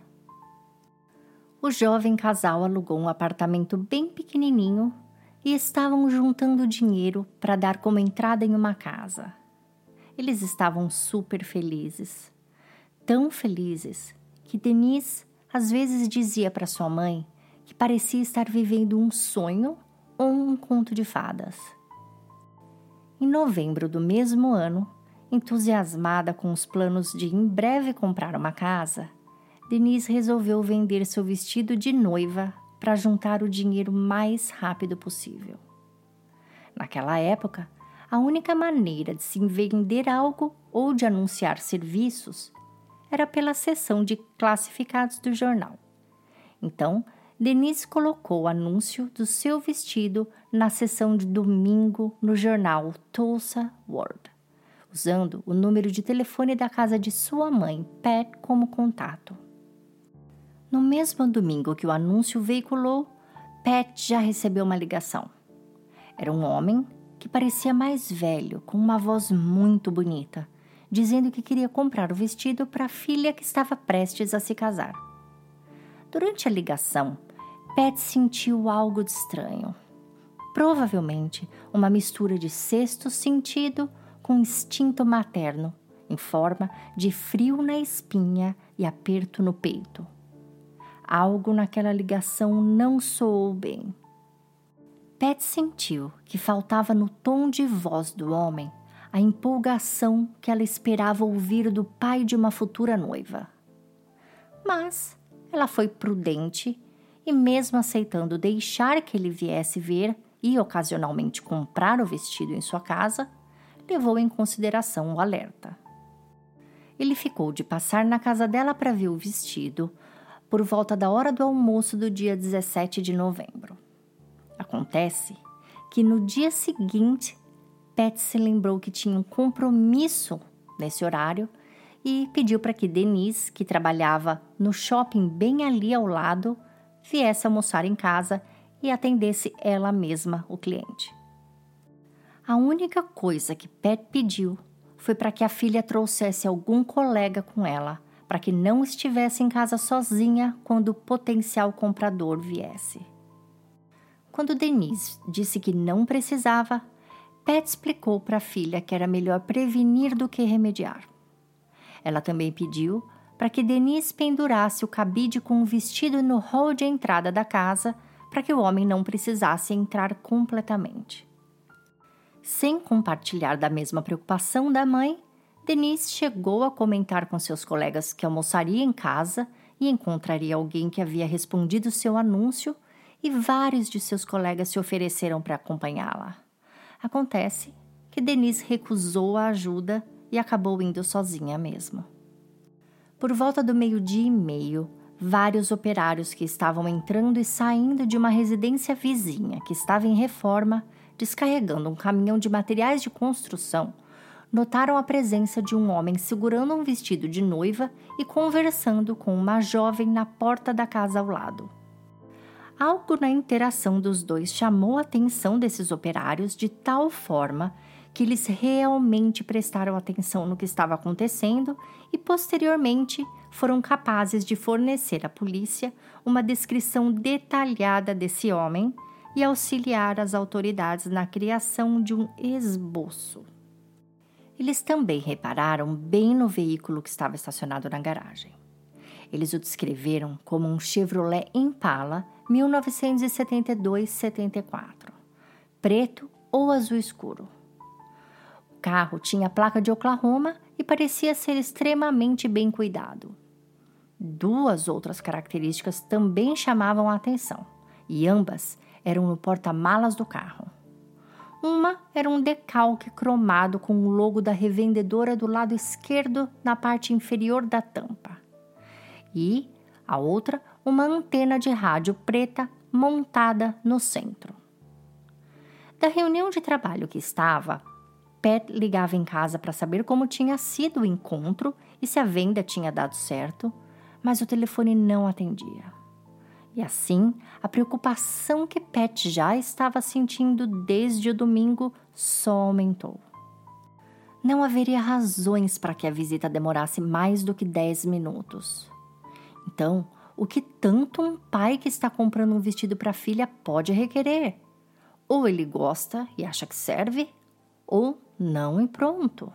O jovem casal alugou um apartamento bem pequenininho e estavam juntando dinheiro para dar como entrada em uma casa. Eles estavam super felizes, tão felizes que Denise às vezes dizia para sua mãe que parecia estar vivendo um sonho ou um conto de fadas. Em novembro do mesmo ano, entusiasmada com os planos de em breve comprar uma casa, Denise resolveu vender seu vestido de noiva para juntar o dinheiro mais rápido possível. Naquela época, a única maneira de se vender algo ou de anunciar serviços era pela seção de classificados do jornal. Então, Denise colocou o anúncio do seu vestido na seção de domingo no jornal Tulsa World, usando o número de telefone da casa de sua mãe, Pat, como contato. No mesmo domingo que o anúncio veiculou, Pat já recebeu uma ligação. Era um homem que parecia mais velho, com uma voz muito bonita, dizendo que queria comprar o vestido para a filha que estava prestes a se casar. Durante a ligação, Pat sentiu algo de estranho. Provavelmente uma mistura de sexto sentido com instinto materno, em forma de frio na espinha e aperto no peito. Algo naquela ligação não soou bem. Pat sentiu que faltava no tom de voz do homem a empolgação que ela esperava ouvir do pai de uma futura noiva. Mas ela foi prudente e, mesmo aceitando deixar que ele viesse ver e ocasionalmente comprar o vestido em sua casa, levou em consideração o alerta. Ele ficou de passar na casa dela para ver o vestido por volta da hora do almoço do dia dezessete de novembro. Acontece que no dia seguinte, Pat se lembrou que tinha um compromisso nesse horário e pediu para que Denise, que trabalhava no shopping bem ali ao lado, viesse almoçar em casa e atendesse ela mesma o cliente. A única coisa que Pat pediu foi para que a filha trouxesse algum colega com ela, para que não estivesse em casa sozinha quando o potencial comprador viesse. Quando Denise disse que não precisava, Pat explicou para a filha que era melhor prevenir do que remediar. Ela também pediu para que Denise pendurasse o cabide com o vestido no hall de entrada da casa para que o homem não precisasse entrar completamente. Sem compartilhar da mesma preocupação da mãe, Denise chegou a comentar com seus colegas que almoçaria em casa e encontraria alguém que havia respondido seu anúncio, e vários de seus colegas se ofereceram para acompanhá-la. Acontece que Denise recusou a ajuda e acabou indo sozinha mesmo. Por volta do meio-dia e meio, vários operários que estavam entrando e saindo de uma residência vizinha que estava em reforma, descarregando um caminhão de materiais de construção, notaram a presença de um homem segurando um vestido de noiva e conversando com uma jovem na porta da casa ao lado. Algo na interação dos dois chamou a atenção desses operários de tal forma que eles realmente prestaram atenção no que estava acontecendo e, posteriormente, foram capazes de fornecer à polícia uma descrição detalhada desse homem e auxiliar as autoridades na criação de um esboço. Eles também repararam bem no veículo que estava estacionado na garagem. Eles o descreveram como um Chevrolet Impala mil novecentos e setenta e dois setenta e quatro, preto ou azul escuro. O carro tinha placa de Oklahoma e parecia ser extremamente bem cuidado. Duas outras características também chamavam a atenção, e ambas eram no porta-malas do carro. Uma era um decalque cromado com o logo da revendedora do lado esquerdo na parte inferior da tampa. E a outra, uma antena de rádio preta montada no centro. Da reunião de trabalho que estava, Pat ligava em casa para saber como tinha sido o encontro e se a venda tinha dado certo, mas o telefone não atendia. E assim, a preocupação que Pat já estava sentindo desde o domingo só aumentou. Não haveria razões para que a visita demorasse mais do que dez minutos. Então, o que tanto um pai que está comprando um vestido para a filha pode requerer? Ou ele gosta e acha que serve, ou não e pronto.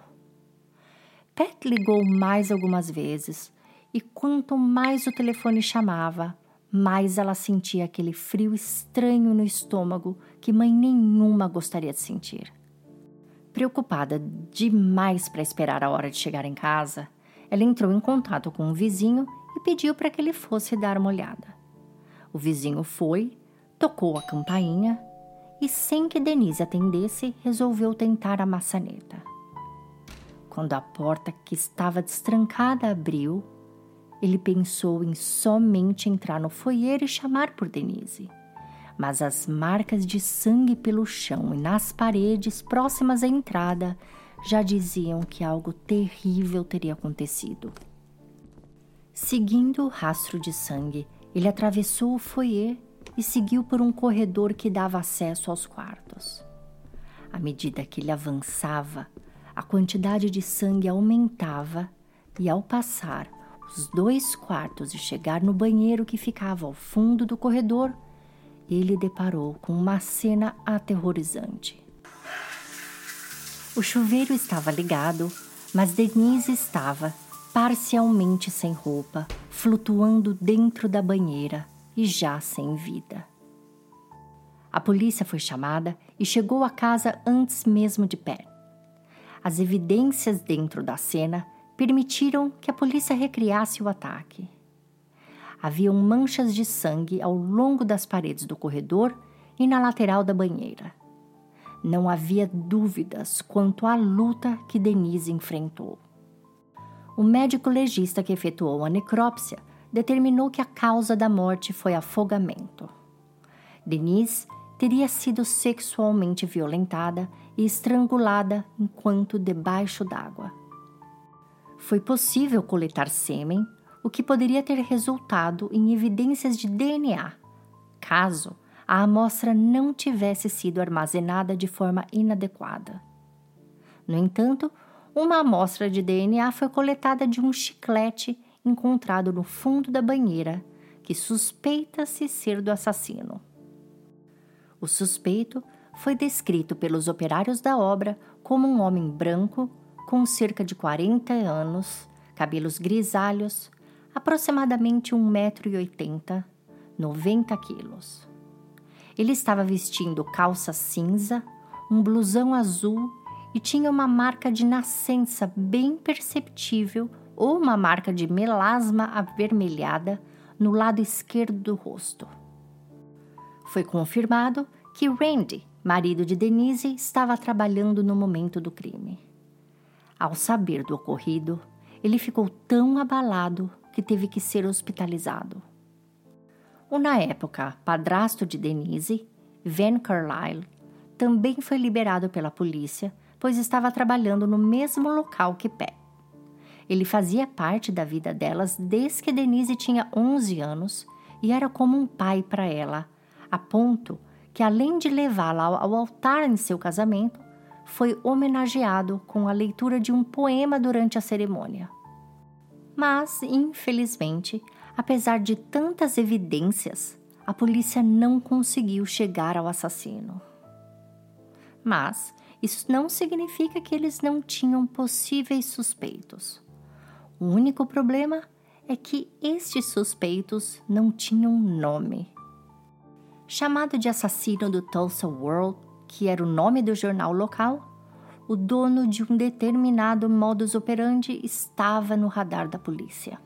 Pat ligou mais algumas vezes, e quanto mais o telefone chamava, mais ela sentia aquele frio estranho no estômago que mãe nenhuma gostaria de sentir. Preocupada demais para esperar a hora de chegar em casa, ela entrou em contato com um vizinho e pediu para que ele fosse dar uma olhada. O vizinho foi, tocou a campainha e, sem que Denise atendesse, resolveu tentar a maçaneta. Quando a porta, que estava destrancada, abriu, ele pensou em somente entrar no foyer e chamar por Denise. Mas as marcas de sangue pelo chão e nas paredes próximas à entrada já diziam que algo terrível teria acontecido. Seguindo o rastro de sangue, ele atravessou o foyer e seguiu por um corredor que dava acesso aos quartos. À medida que ele avançava, a quantidade de sangue aumentava e, ao passar os dois quartos e chegar no banheiro que ficava ao fundo do corredor, ele deparou com uma cena aterrorizante. O chuveiro estava ligado, mas Denise estava parcialmente sem roupa, flutuando dentro da banheira e já sem vida. A polícia foi chamada e chegou à casa antes mesmo de Pat. As evidências dentro da cena permitiram que a polícia recriasse o ataque. Haviam manchas de sangue ao longo das paredes do corredor e na lateral da banheira. Não havia dúvidas quanto à luta que Denise enfrentou. O médico legista que efetuou a necrópsia determinou que a causa da morte foi afogamento. Denise teria sido sexualmente violentada e estrangulada enquanto debaixo d'água. Foi possível coletar sêmen, o que poderia ter resultado em evidências de D N A, caso a amostra não tivesse sido armazenada de forma inadequada. No entanto, uma amostra de D N A foi coletada de um chiclete encontrado no fundo da banheira, que suspeita-se ser do assassino. O suspeito foi descrito pelos operários da obra como um homem branco, com cerca de quarenta anos, cabelos grisalhos, aproximadamente um metro e oitenta, noventa quilos. Ele estava vestindo calça cinza, um blusão azul e tinha uma marca de nascença bem perceptível ou uma marca de melasma avermelhada no lado esquerdo do rosto. Foi confirmado que Randy, marido de Denise, estava trabalhando no momento do crime. Ao saber do ocorrido, ele ficou tão abalado que teve que ser hospitalizado. O, na época, padrasto de Denise, Van Carlyle, também foi liberado pela polícia, pois estava trabalhando no mesmo local que Pat. Ele fazia parte da vida delas desde que Denise tinha onze anos e era como um pai para ela, a ponto que, além de levá-la ao altar em seu casamento, foi homenageado com a leitura de um poema durante a cerimônia. Mas, infelizmente, apesar de tantas evidências, a polícia não conseguiu chegar ao assassino. Mas isso não significa que eles não tinham possíveis suspeitos. O único problema é que estes suspeitos não tinham nome. Chamado de assassino do Tulsa World, que era o nome do jornal local, o dono de um determinado modus operandi estava no radar da polícia.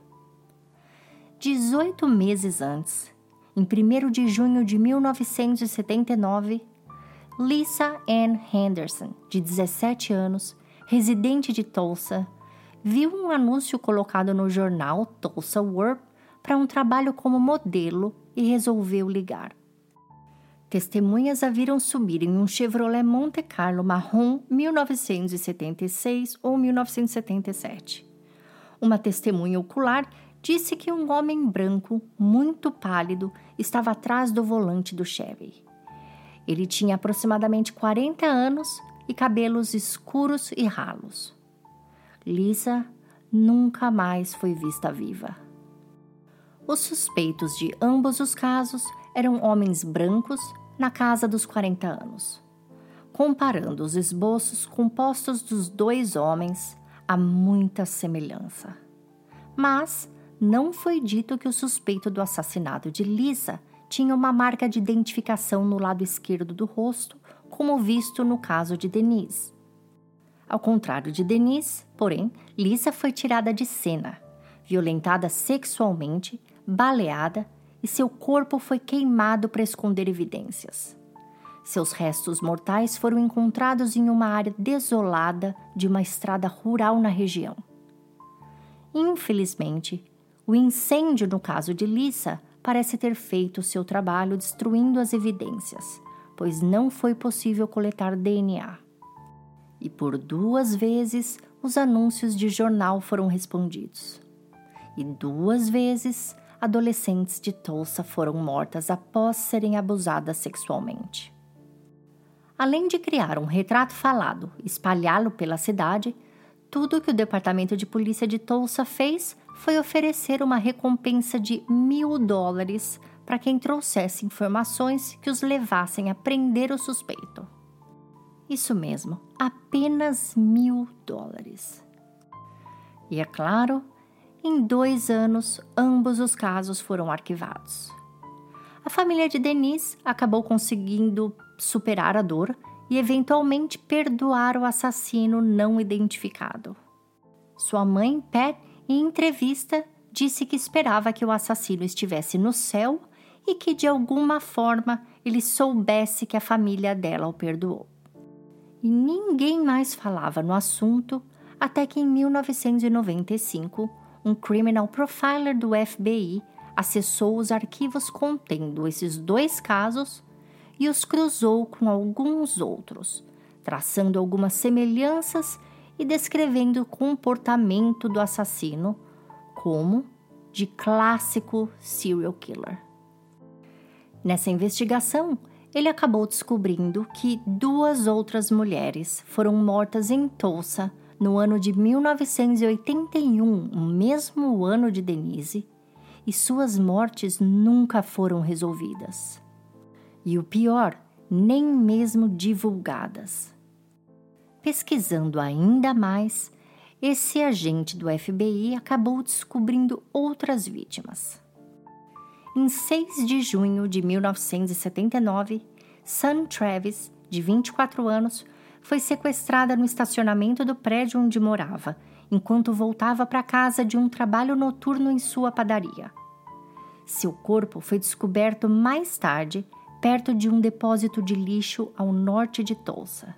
dezoito meses antes, em primeiro de junho de mil novecentos e setenta e nove, Lisa Ann Henderson, de dezessete anos, residente de Tulsa, viu um anúncio colocado no jornal Tulsa World para um trabalho como modelo e resolveu ligar. Testemunhas a viram subir em um Chevrolet Monte Carlo marrom mil novecentos e setenta e seis ou mil novecentos e setenta e sete. Uma testemunha ocular disse que um homem branco, muito pálido, estava atrás do volante do Chevy. Ele tinha aproximadamente quarenta anos e cabelos escuros e ralos. Lisa nunca mais foi vista viva. Os suspeitos de ambos os casos eram homens brancos na casa dos quarenta anos. Comparando os esboços compostos dos dois homens, há muita semelhança. Mas não foi dito que o suspeito do assassinato de Lisa tinha uma marca de identificação no lado esquerdo do rosto, como visto no caso de Denise. Ao contrário de Denise, porém, Lisa foi tirada de cena, violentada sexualmente, baleada e seu corpo foi queimado para esconder evidências. Seus restos mortais foram encontrados em uma área desolada de uma estrada rural na região. Infelizmente, o incêndio no caso de Lisa parece ter feito seu trabalho destruindo as evidências, pois não foi possível coletar D N A. E por duas vezes os anúncios de jornal foram respondidos. E duas vezes adolescentes de Tulsa foram mortas após serem abusadas sexualmente. Além de criar um retrato falado e espalhá-lo pela cidade, tudo que o Departamento de Polícia de Tulsa fez foi oferecer uma recompensa de mil dólares para quem trouxesse informações que os levassem a prender o suspeito. Isso mesmo, apenas mil dólares. E é claro, em dois anos, ambos os casos foram arquivados. A família de Denise acabou conseguindo superar a dor e eventualmente perdoar o assassino não identificado. Sua mãe, Pat, em entrevista, disse que esperava que o assassino estivesse no céu e que, de alguma forma, ele soubesse que a família dela o perdoou. E ninguém mais falava no assunto até que, em mil novecentos e noventa e cinco, um criminal profiler do F B I acessou os arquivos contendo esses dois casos e os cruzou com alguns outros, traçando algumas semelhanças e descrevendo o comportamento do assassino como de clássico serial killer. Nessa investigação, ele acabou descobrindo que duas outras mulheres foram mortas em Tulsa no ano de mil novecentos e oitenta e um, o mesmo ano de Denise, e suas mortes nunca foram resolvidas. E o pior, nem mesmo divulgadas. Pesquisando ainda mais, esse agente do F B I acabou descobrindo outras vítimas. Em seis de junho de mil novecentos e setenta e nove, Sun Travis, de vinte e quatro anos, foi sequestrada no estacionamento do prédio onde morava, enquanto voltava para casa de um trabalho noturno em sua padaria. Seu corpo foi descoberto mais tarde, perto de um depósito de lixo ao norte de Tulsa.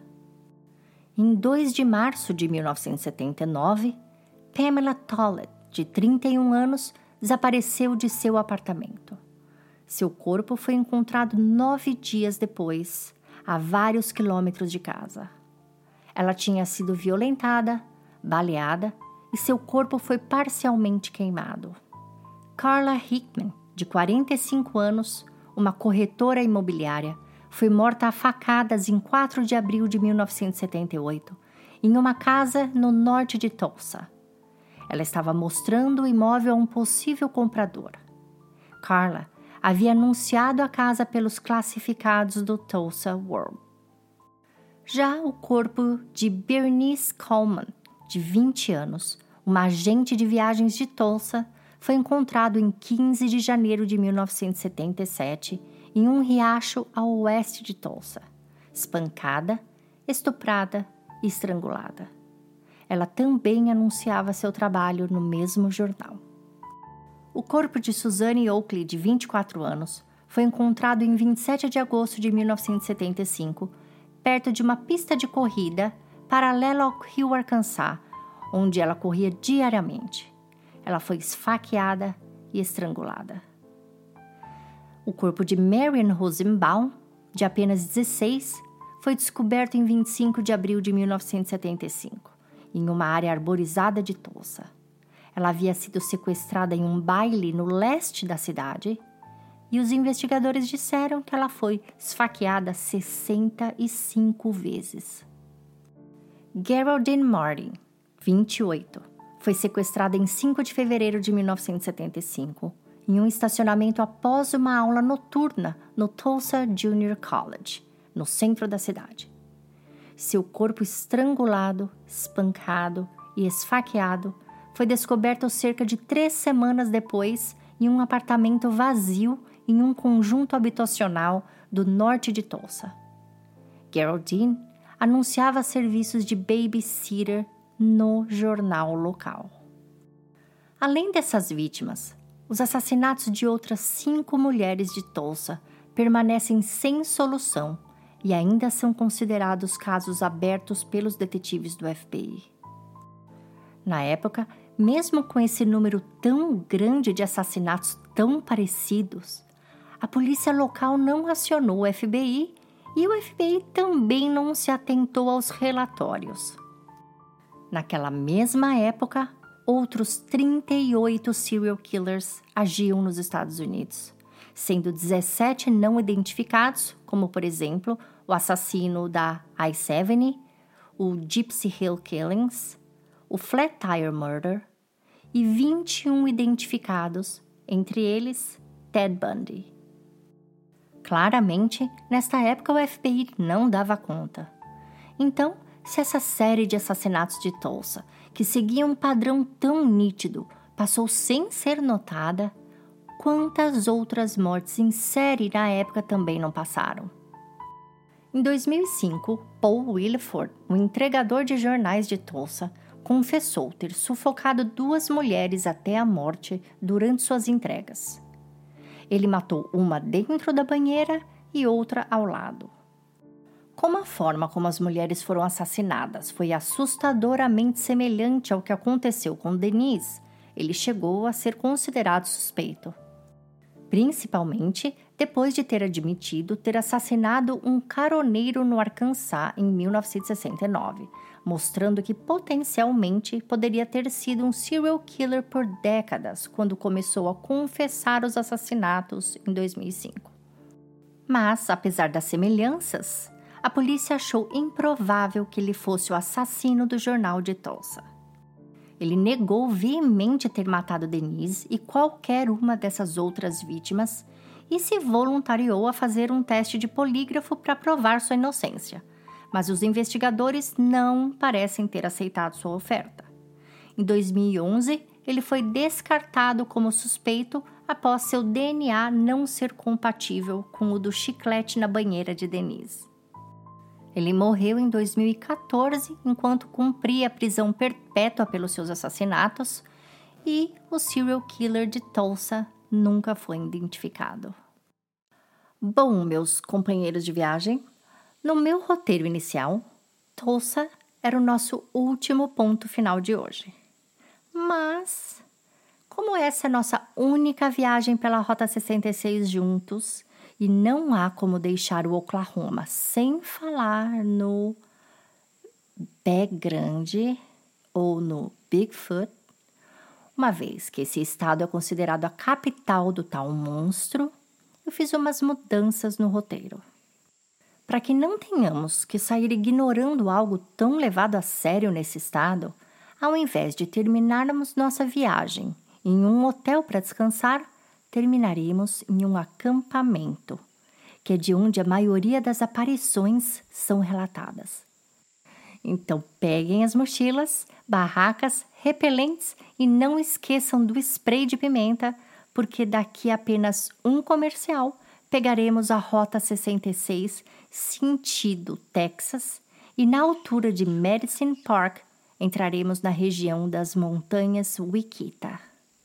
Em dois de março de mil novecentos e setenta e nove, Pamela Tollett, de trinta e um anos, desapareceu de seu apartamento. Seu corpo foi encontrado nove dias depois, a vários quilômetros de casa. Ela tinha sido violentada, baleada e seu corpo foi parcialmente queimado. Carla Hickman, de quarenta e cinco anos, uma corretora imobiliária, foi morta a facadas em quatro de abril de mil novecentos e setenta e oito, em uma casa no norte de Tulsa. Ela estava mostrando o imóvel a um possível comprador. Carla havia anunciado a casa pelos classificados do Tulsa World. Já o corpo de Bernice Coleman, de vinte anos, uma agente de viagens de Tulsa, foi encontrado em quinze de janeiro de mil novecentos e setenta e sete em um riacho ao oeste de Tulsa, espancada, estuprada e estrangulada. Ela também anunciava seu trabalho no mesmo jornal. O corpo de Suzanne Oakley, de vinte e quatro anos, foi encontrado em vinte e sete de agosto de mil novecentos e setenta e cinco, perto de uma pista de corrida paralela ao rio Arkansas, onde ela corria diariamente. Ela foi esfaqueada e estrangulada. O corpo de Marion Rosenbaum, de apenas dezesseis, foi descoberto em vinte e cinco de abril de mil novecentos e setenta e cinco, em uma área arborizada de Tulsa. Ela havia sido sequestrada em um baile no leste da cidade e os investigadores disseram que ela foi esfaqueada sessenta e cinco vezes. Geraldine Martin, vinte e oito, foi sequestrada em cinco de fevereiro de mil novecentos e setenta e cinco, em um estacionamento após uma aula noturna no Tulsa Junior College, no centro da cidade. Seu corpo estrangulado, espancado e esfaqueado foi descoberto cerca de três semanas depois em um apartamento vazio em um conjunto habitacional do norte de Tulsa. Geraldine anunciava serviços de babysitter no jornal local. Além dessas vítimas, os assassinatos de outras cinco mulheres de Tulsa permanecem sem solução e ainda são considerados casos abertos pelos detetives do F B I. Na época, mesmo com esse número tão grande de assassinatos tão parecidos, a polícia local não acionou o F B I e o F B I também não se atentou aos relatórios. Naquela mesma época, outros trinta e oito serial killers agiam nos Estados Unidos, sendo dezessete não identificados, como, por exemplo, o assassino da I setenta, o Gypsy Hill Killings, o Flat Tire Murder, e vinte e um identificados, entre eles Ted Bundy. Claramente, nesta época o F B I não dava conta. Então, se essa série de assassinatos de Tulsa, que seguia um padrão tão nítido, passou sem ser notada, quantas outras mortes em série na época também não passaram. Em dois mil e cinco, Paul Willeford, um entregador de jornais de Tulsa, confessou ter sufocado duas mulheres até a morte durante suas entregas. Ele matou uma dentro da banheira e outra ao lado. Como a forma como as mulheres foram assassinadas foi assustadoramente semelhante ao que aconteceu com Denise, ele chegou a ser considerado suspeito. Principalmente depois de ter admitido ter assassinado um caroneiro no Arkansas em mil novecentos e sessenta e nove, mostrando que potencialmente poderia ter sido um serial killer por décadas quando começou a confessar os assassinatos em dois mil e cinco. Mas, apesar das semelhanças, a polícia achou improvável que ele fosse o assassino do jornal de Tulsa. Ele negou veemente ter matado Denise e qualquer uma dessas outras vítimas e se voluntariou a fazer um teste de polígrafo para provar sua inocência, mas os investigadores não parecem ter aceitado sua oferta. Em dois mil e onze, ele foi descartado como suspeito após seu D N A não ser compatível com o do chiclete na banheira de Denise. Ele morreu em dois mil e quatorze, enquanto cumpria prisão perpétua pelos seus assassinatos, e o serial killer de Tulsa nunca foi identificado. Bom, meus companheiros de viagem, no meu roteiro inicial, Tulsa era o nosso último ponto final de hoje. Mas, como essa é a nossa única viagem pela Rota sessenta e seis juntos, e não há como deixar o Oklahoma sem falar no Pé Grande ou no Bigfoot, uma vez que esse estado é considerado a capital do tal monstro, eu fiz umas mudanças no roteiro. Para que não tenhamos que sair ignorando algo tão levado a sério nesse estado, ao invés de terminarmos nossa viagem em um hotel para descansar, terminaremos em um acampamento, que é de onde a maioria das aparições são relatadas. Então peguem as mochilas, barracas, repelentes e não esqueçam do spray de pimenta, porque daqui a apenas um comercial pegaremos a Rota sessenta e seis sentido Texas e na altura de Medicine Park entraremos na região das montanhas Wichita.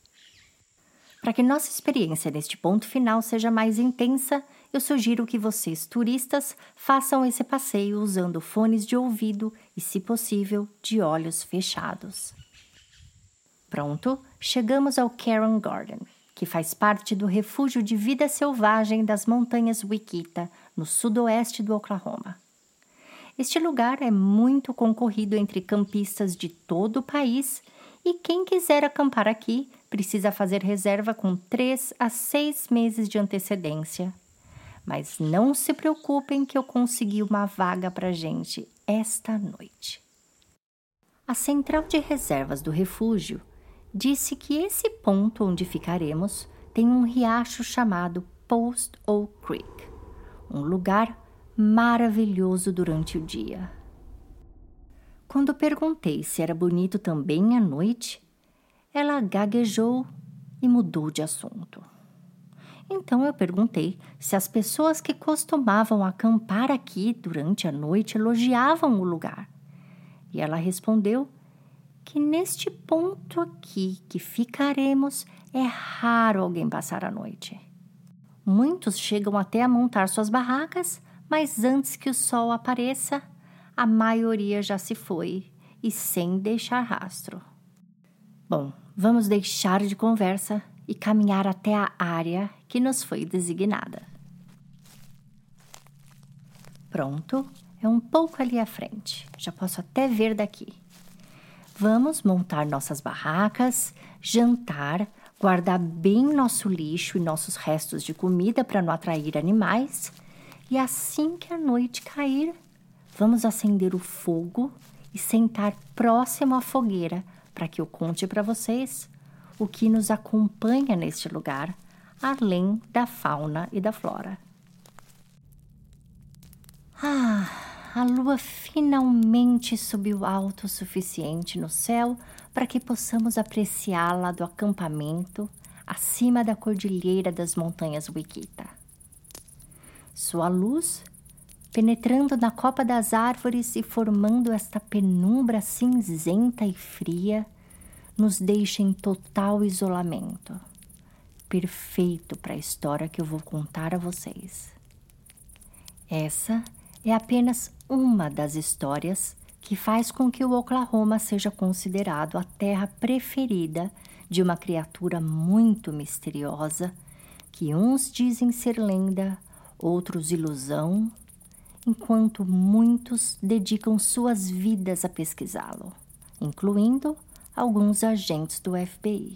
Para que nossa experiência neste ponto final seja mais intensa, eu sugiro que vocês, turistas, façam esse passeio usando fones de ouvido e, se possível, de olhos fechados. Pronto, chegamos ao Caron Garden, que faz parte do refúgio de vida selvagem das montanhas Wichita, no sudoeste do Oklahoma. Este lugar é muito concorrido entre campistas de todo o país e quem quiser acampar aqui precisa fazer reserva com três a seis meses de antecedência. Mas não se preocupem que eu consegui uma vaga para gente esta noite. A central de reservas do refúgio disse que esse ponto onde ficaremos tem um riacho chamado Post Oak Creek, um lugar maravilhoso durante o dia. Quando perguntei se era bonito também à noite, ela gaguejou e mudou de assunto. Então eu perguntei se as pessoas que costumavam acampar aqui durante a noite elogiavam o lugar. E ela respondeu que neste ponto aqui que ficaremos é raro alguém passar a noite. Muitos chegam até a montar suas barracas, mas antes que o sol apareça, a maioria já se foi e sem deixar rastro. Bom, vamos deixar de conversa e caminhar até a área que nos foi designada. Pronto, é um pouco ali à frente, já posso até ver daqui. Vamos montar nossas barracas, jantar, guardar bem nosso lixo e nossos restos de comida para não atrair animais, e assim que a noite cair, vamos acender o fogo e sentar próximo à fogueira para que eu conte para vocês o que nos acompanha neste lugar, além da fauna e da flora. Ah, a lua finalmente subiu alto o suficiente no céu para que possamos apreciá-la do acampamento, acima da cordilheira das montanhas Wichita. Sua luz, penetrando na copa das árvores e formando esta penumbra cinzenta e fria, nos deixa em total isolamento. Perfeito para a história que eu vou contar a vocês. Essa é apenas uma das histórias que faz com que o Oklahoma seja considerado a terra preferida de uma criatura muito misteriosa, que uns dizem ser lenda, outros ilusão, enquanto muitos dedicam suas vidas a pesquisá-lo, incluindo alguns agentes do F B I.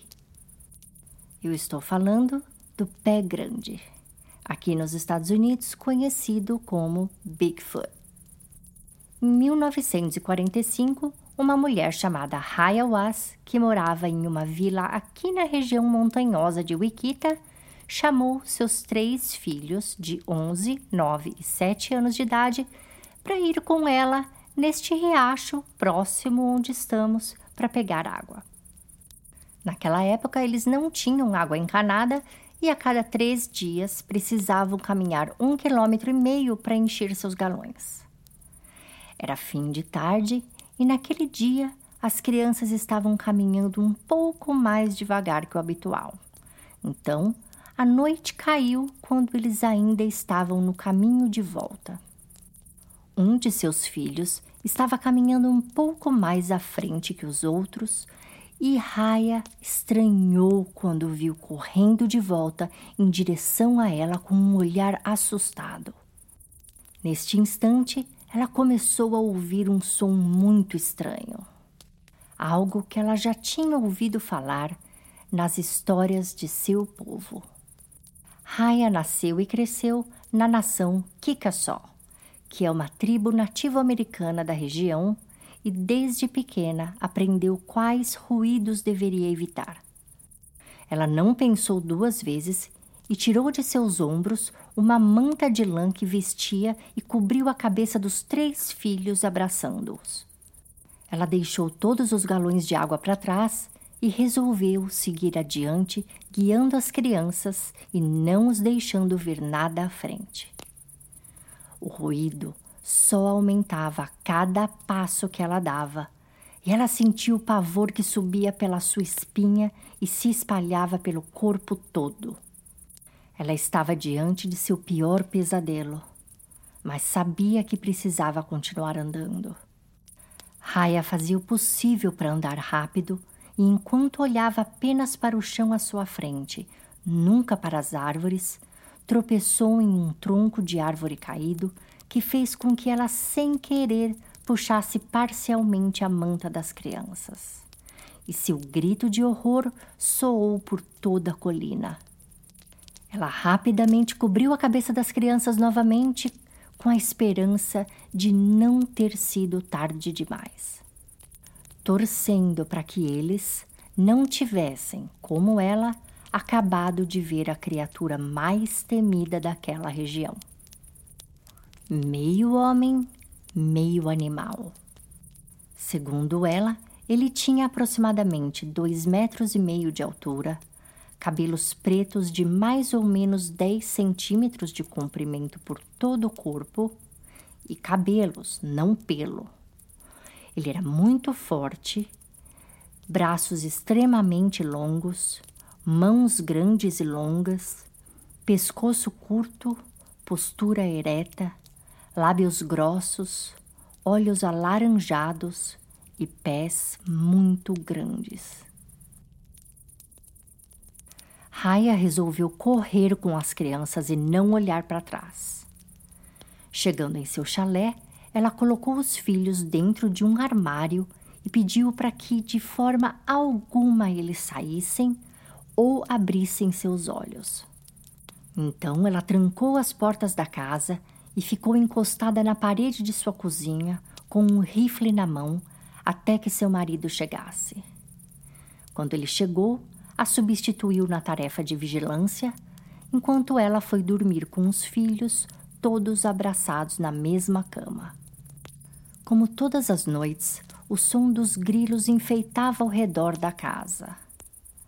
Eu estou falando do Pé Grande, aqui nos Estados Unidos conhecido como Bigfoot. Em mil novecentos e quarenta e cinco, uma mulher chamada Raya Wass, que morava em uma vila aqui na região montanhosa de Wichita, chamou seus três filhos de onze, nove e sete anos de idade para ir com ela neste riacho próximo onde estamos para pegar água. Naquela época, eles não tinham água encanada e a cada três dias precisavam caminhar um quilômetro e meio para encher seus galões. Era fim de tarde e naquele dia as crianças estavam caminhando um pouco mais devagar que o habitual. Então, a noite caiu quando eles ainda estavam no caminho de volta. Um de seus filhos estava caminhando um pouco mais à frente que os outros e Raya estranhou quando o viu correndo de volta em direção a ela com um olhar assustado. Neste instante, ela começou a ouvir um som muito estranho. Algo que ela já tinha ouvido falar nas histórias de seu povo. Raya nasceu e cresceu na nação Chickasaw, que é uma tribo nativo-americana da região, e desde pequena aprendeu quais ruídos deveria evitar. Ela não pensou duas vezes e tirou de seus ombros uma manta de lã que vestia e cobriu a cabeça dos três filhos abraçando-os. Ela deixou todos os galões de água para trás e resolveu seguir adiante, guiando as crianças e não os deixando ver nada à frente. O ruído só aumentava a cada passo que ela dava, e ela sentiu o pavor que subia pela sua espinha e se espalhava pelo corpo todo. Ela estava diante de seu pior pesadelo, mas sabia que precisava continuar andando. Raya fazia o possível para andar rápido, e enquanto olhava apenas para o chão à sua frente, nunca para as árvores, tropeçou em um tronco de árvore caído que fez com que ela, sem querer, puxasse parcialmente a manta das crianças. E seu grito de horror soou por toda a colina. Ela rapidamente cobriu a cabeça das crianças novamente, com a esperança de não ter sido tarde demais. Torcendo para que eles não tivessem, como ela, acabado de ver a criatura mais temida daquela região. Meio homem, meio animal. Segundo ela, ele tinha aproximadamente dois metros e meio de altura, cabelos pretos de mais ou menos dez centímetros de comprimento por todo o corpo e cabelos, não pelo. Ele era muito forte, braços extremamente longos, mãos grandes e longas, pescoço curto, postura ereta, lábios grossos, olhos alaranjados e pés muito grandes. Raya resolveu correr com as crianças e não olhar para trás. Chegando em seu chalé, ela colocou os filhos dentro de um armário e pediu para que de forma alguma eles saíssem ou abrissem seus olhos. Então ela trancou as portas da casa e ficou encostada na parede de sua cozinha com um rifle na mão até que seu marido chegasse. Quando ele chegou, a substituiu na tarefa de vigilância, enquanto ela foi dormir com os filhos, todos abraçados na mesma cama. Como todas as noites, o som dos grilos enfeitava ao redor da casa.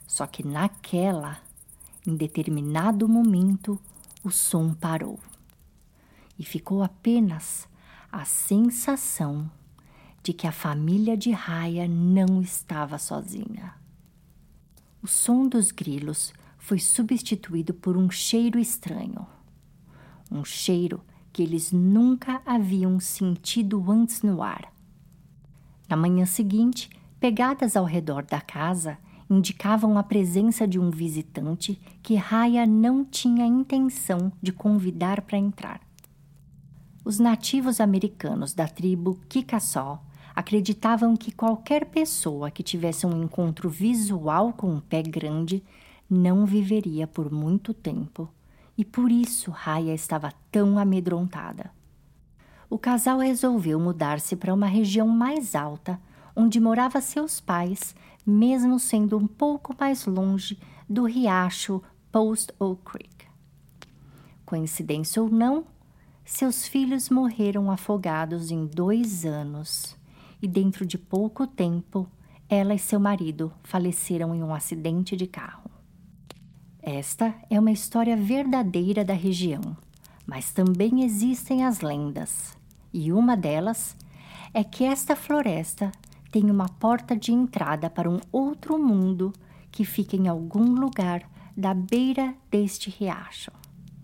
Só que naquela, em determinado momento, o som parou. E ficou apenas a sensação de que a família de Raya não estava sozinha. O som dos grilos foi substituído por um cheiro estranho. Um cheiro que eles nunca haviam sentido antes no ar. Na manhã seguinte, pegadas ao redor da casa indicavam a presença de um visitante que Raya não tinha intenção de convidar para entrar. Os nativos americanos da tribo Kikasaw acreditavam que qualquer pessoa que tivesse um encontro visual com um pé grande não viveria por muito tempo, e por isso Raya estava tão amedrontada. O casal resolveu mudar-se para uma região mais alta, onde moravam seus pais, mesmo sendo um pouco mais longe do riacho Post Oak Creek. Coincidência ou não, seus filhos morreram afogados em dois anos. E dentro de pouco tempo, ela e seu marido faleceram em um acidente de carro. Esta é uma história verdadeira da região, mas também existem as lendas. E uma delas é que esta floresta tem uma porta de entrada para um outro mundo que fica em algum lugar da beira deste riacho.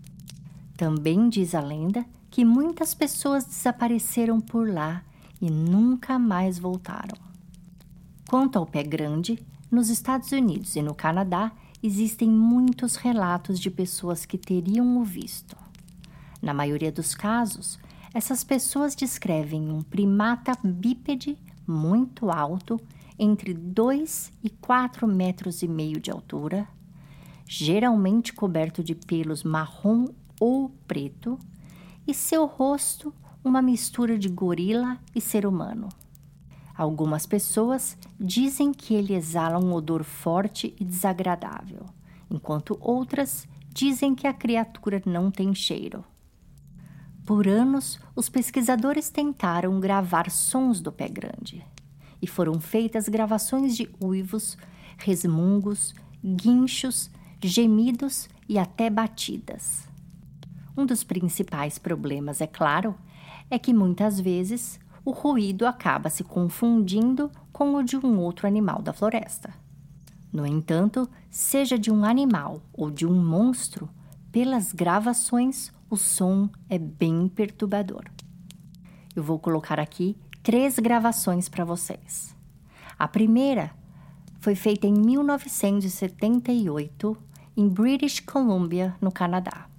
Também diz a lenda que muitas pessoas desapareceram por lá e nunca mais voltaram. Quanto ao pé grande, nos Estados Unidos e no Canadá, existem muitos relatos de pessoas que teriam o visto. Na maioria dos casos, essas pessoas descrevem um primata bípede muito alto, entre dois e quatro metros e meio de altura, geralmente coberto de pelos marrom ou preto, e seu rosto uma mistura de gorila e ser humano. Algumas pessoas dizem que ele exala um odor forte e desagradável, enquanto outras dizem que a criatura não tem cheiro. Por anos, os pesquisadores tentaram gravar sons do pé grande, e foram feitas gravações de uivos, resmungos, guinchos, gemidos e até batidas. Um dos principais problemas, é claro, é que muitas vezes o ruído acaba se confundindo com o de um outro animal da floresta. No entanto, seja de um animal ou de um monstro, pelas gravações o som é bem perturbador. Eu vou colocar aqui três gravações para vocês. A primeira foi feita em mil novecentos e setenta e oito em British Columbia, no Canadá.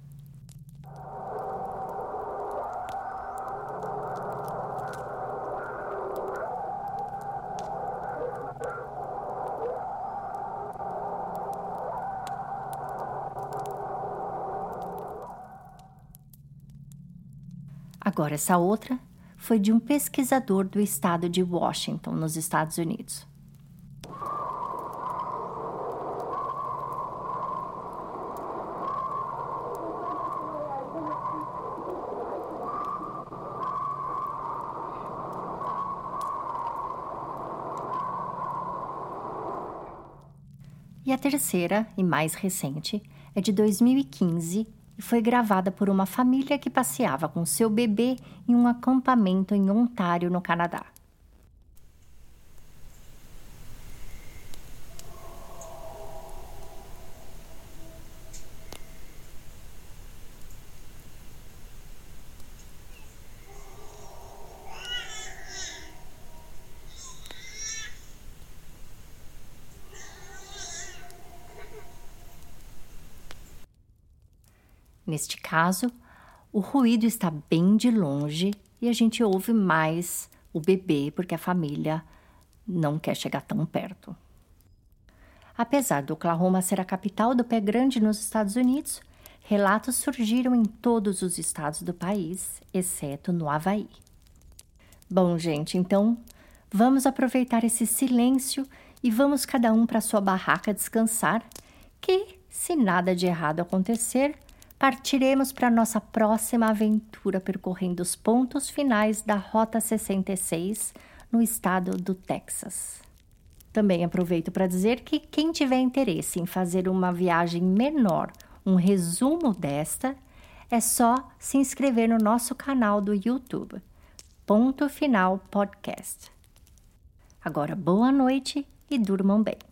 Agora, essa outra foi de um pesquisador do estado de Washington, nos Estados Unidos. E a terceira, e mais recente, é de dois mil e quinze e foi gravada por uma família que passeava com seu bebê em um acampamento em Ontário, no Canadá. Neste caso, o ruído está bem de longe e a gente ouve mais o bebê porque a família não quer chegar tão perto. Apesar do Oklahoma ser a capital do pé grande nos Estados Unidos, relatos surgiram em todos os estados do país, exceto no Havaí. Bom, gente, então vamos aproveitar esse silêncio e vamos cada um para sua barraca descansar, que, se nada de errado acontecer, partiremos para nossa próxima aventura percorrendo os pontos finais da Rota sessenta e seis no estado do Texas. Também aproveito para dizer que quem tiver interesse em fazer uma viagem menor, um resumo desta, é só se inscrever no nosso canal do YouTube, Ponto Final Podcast. Agora, boa noite e durmam bem.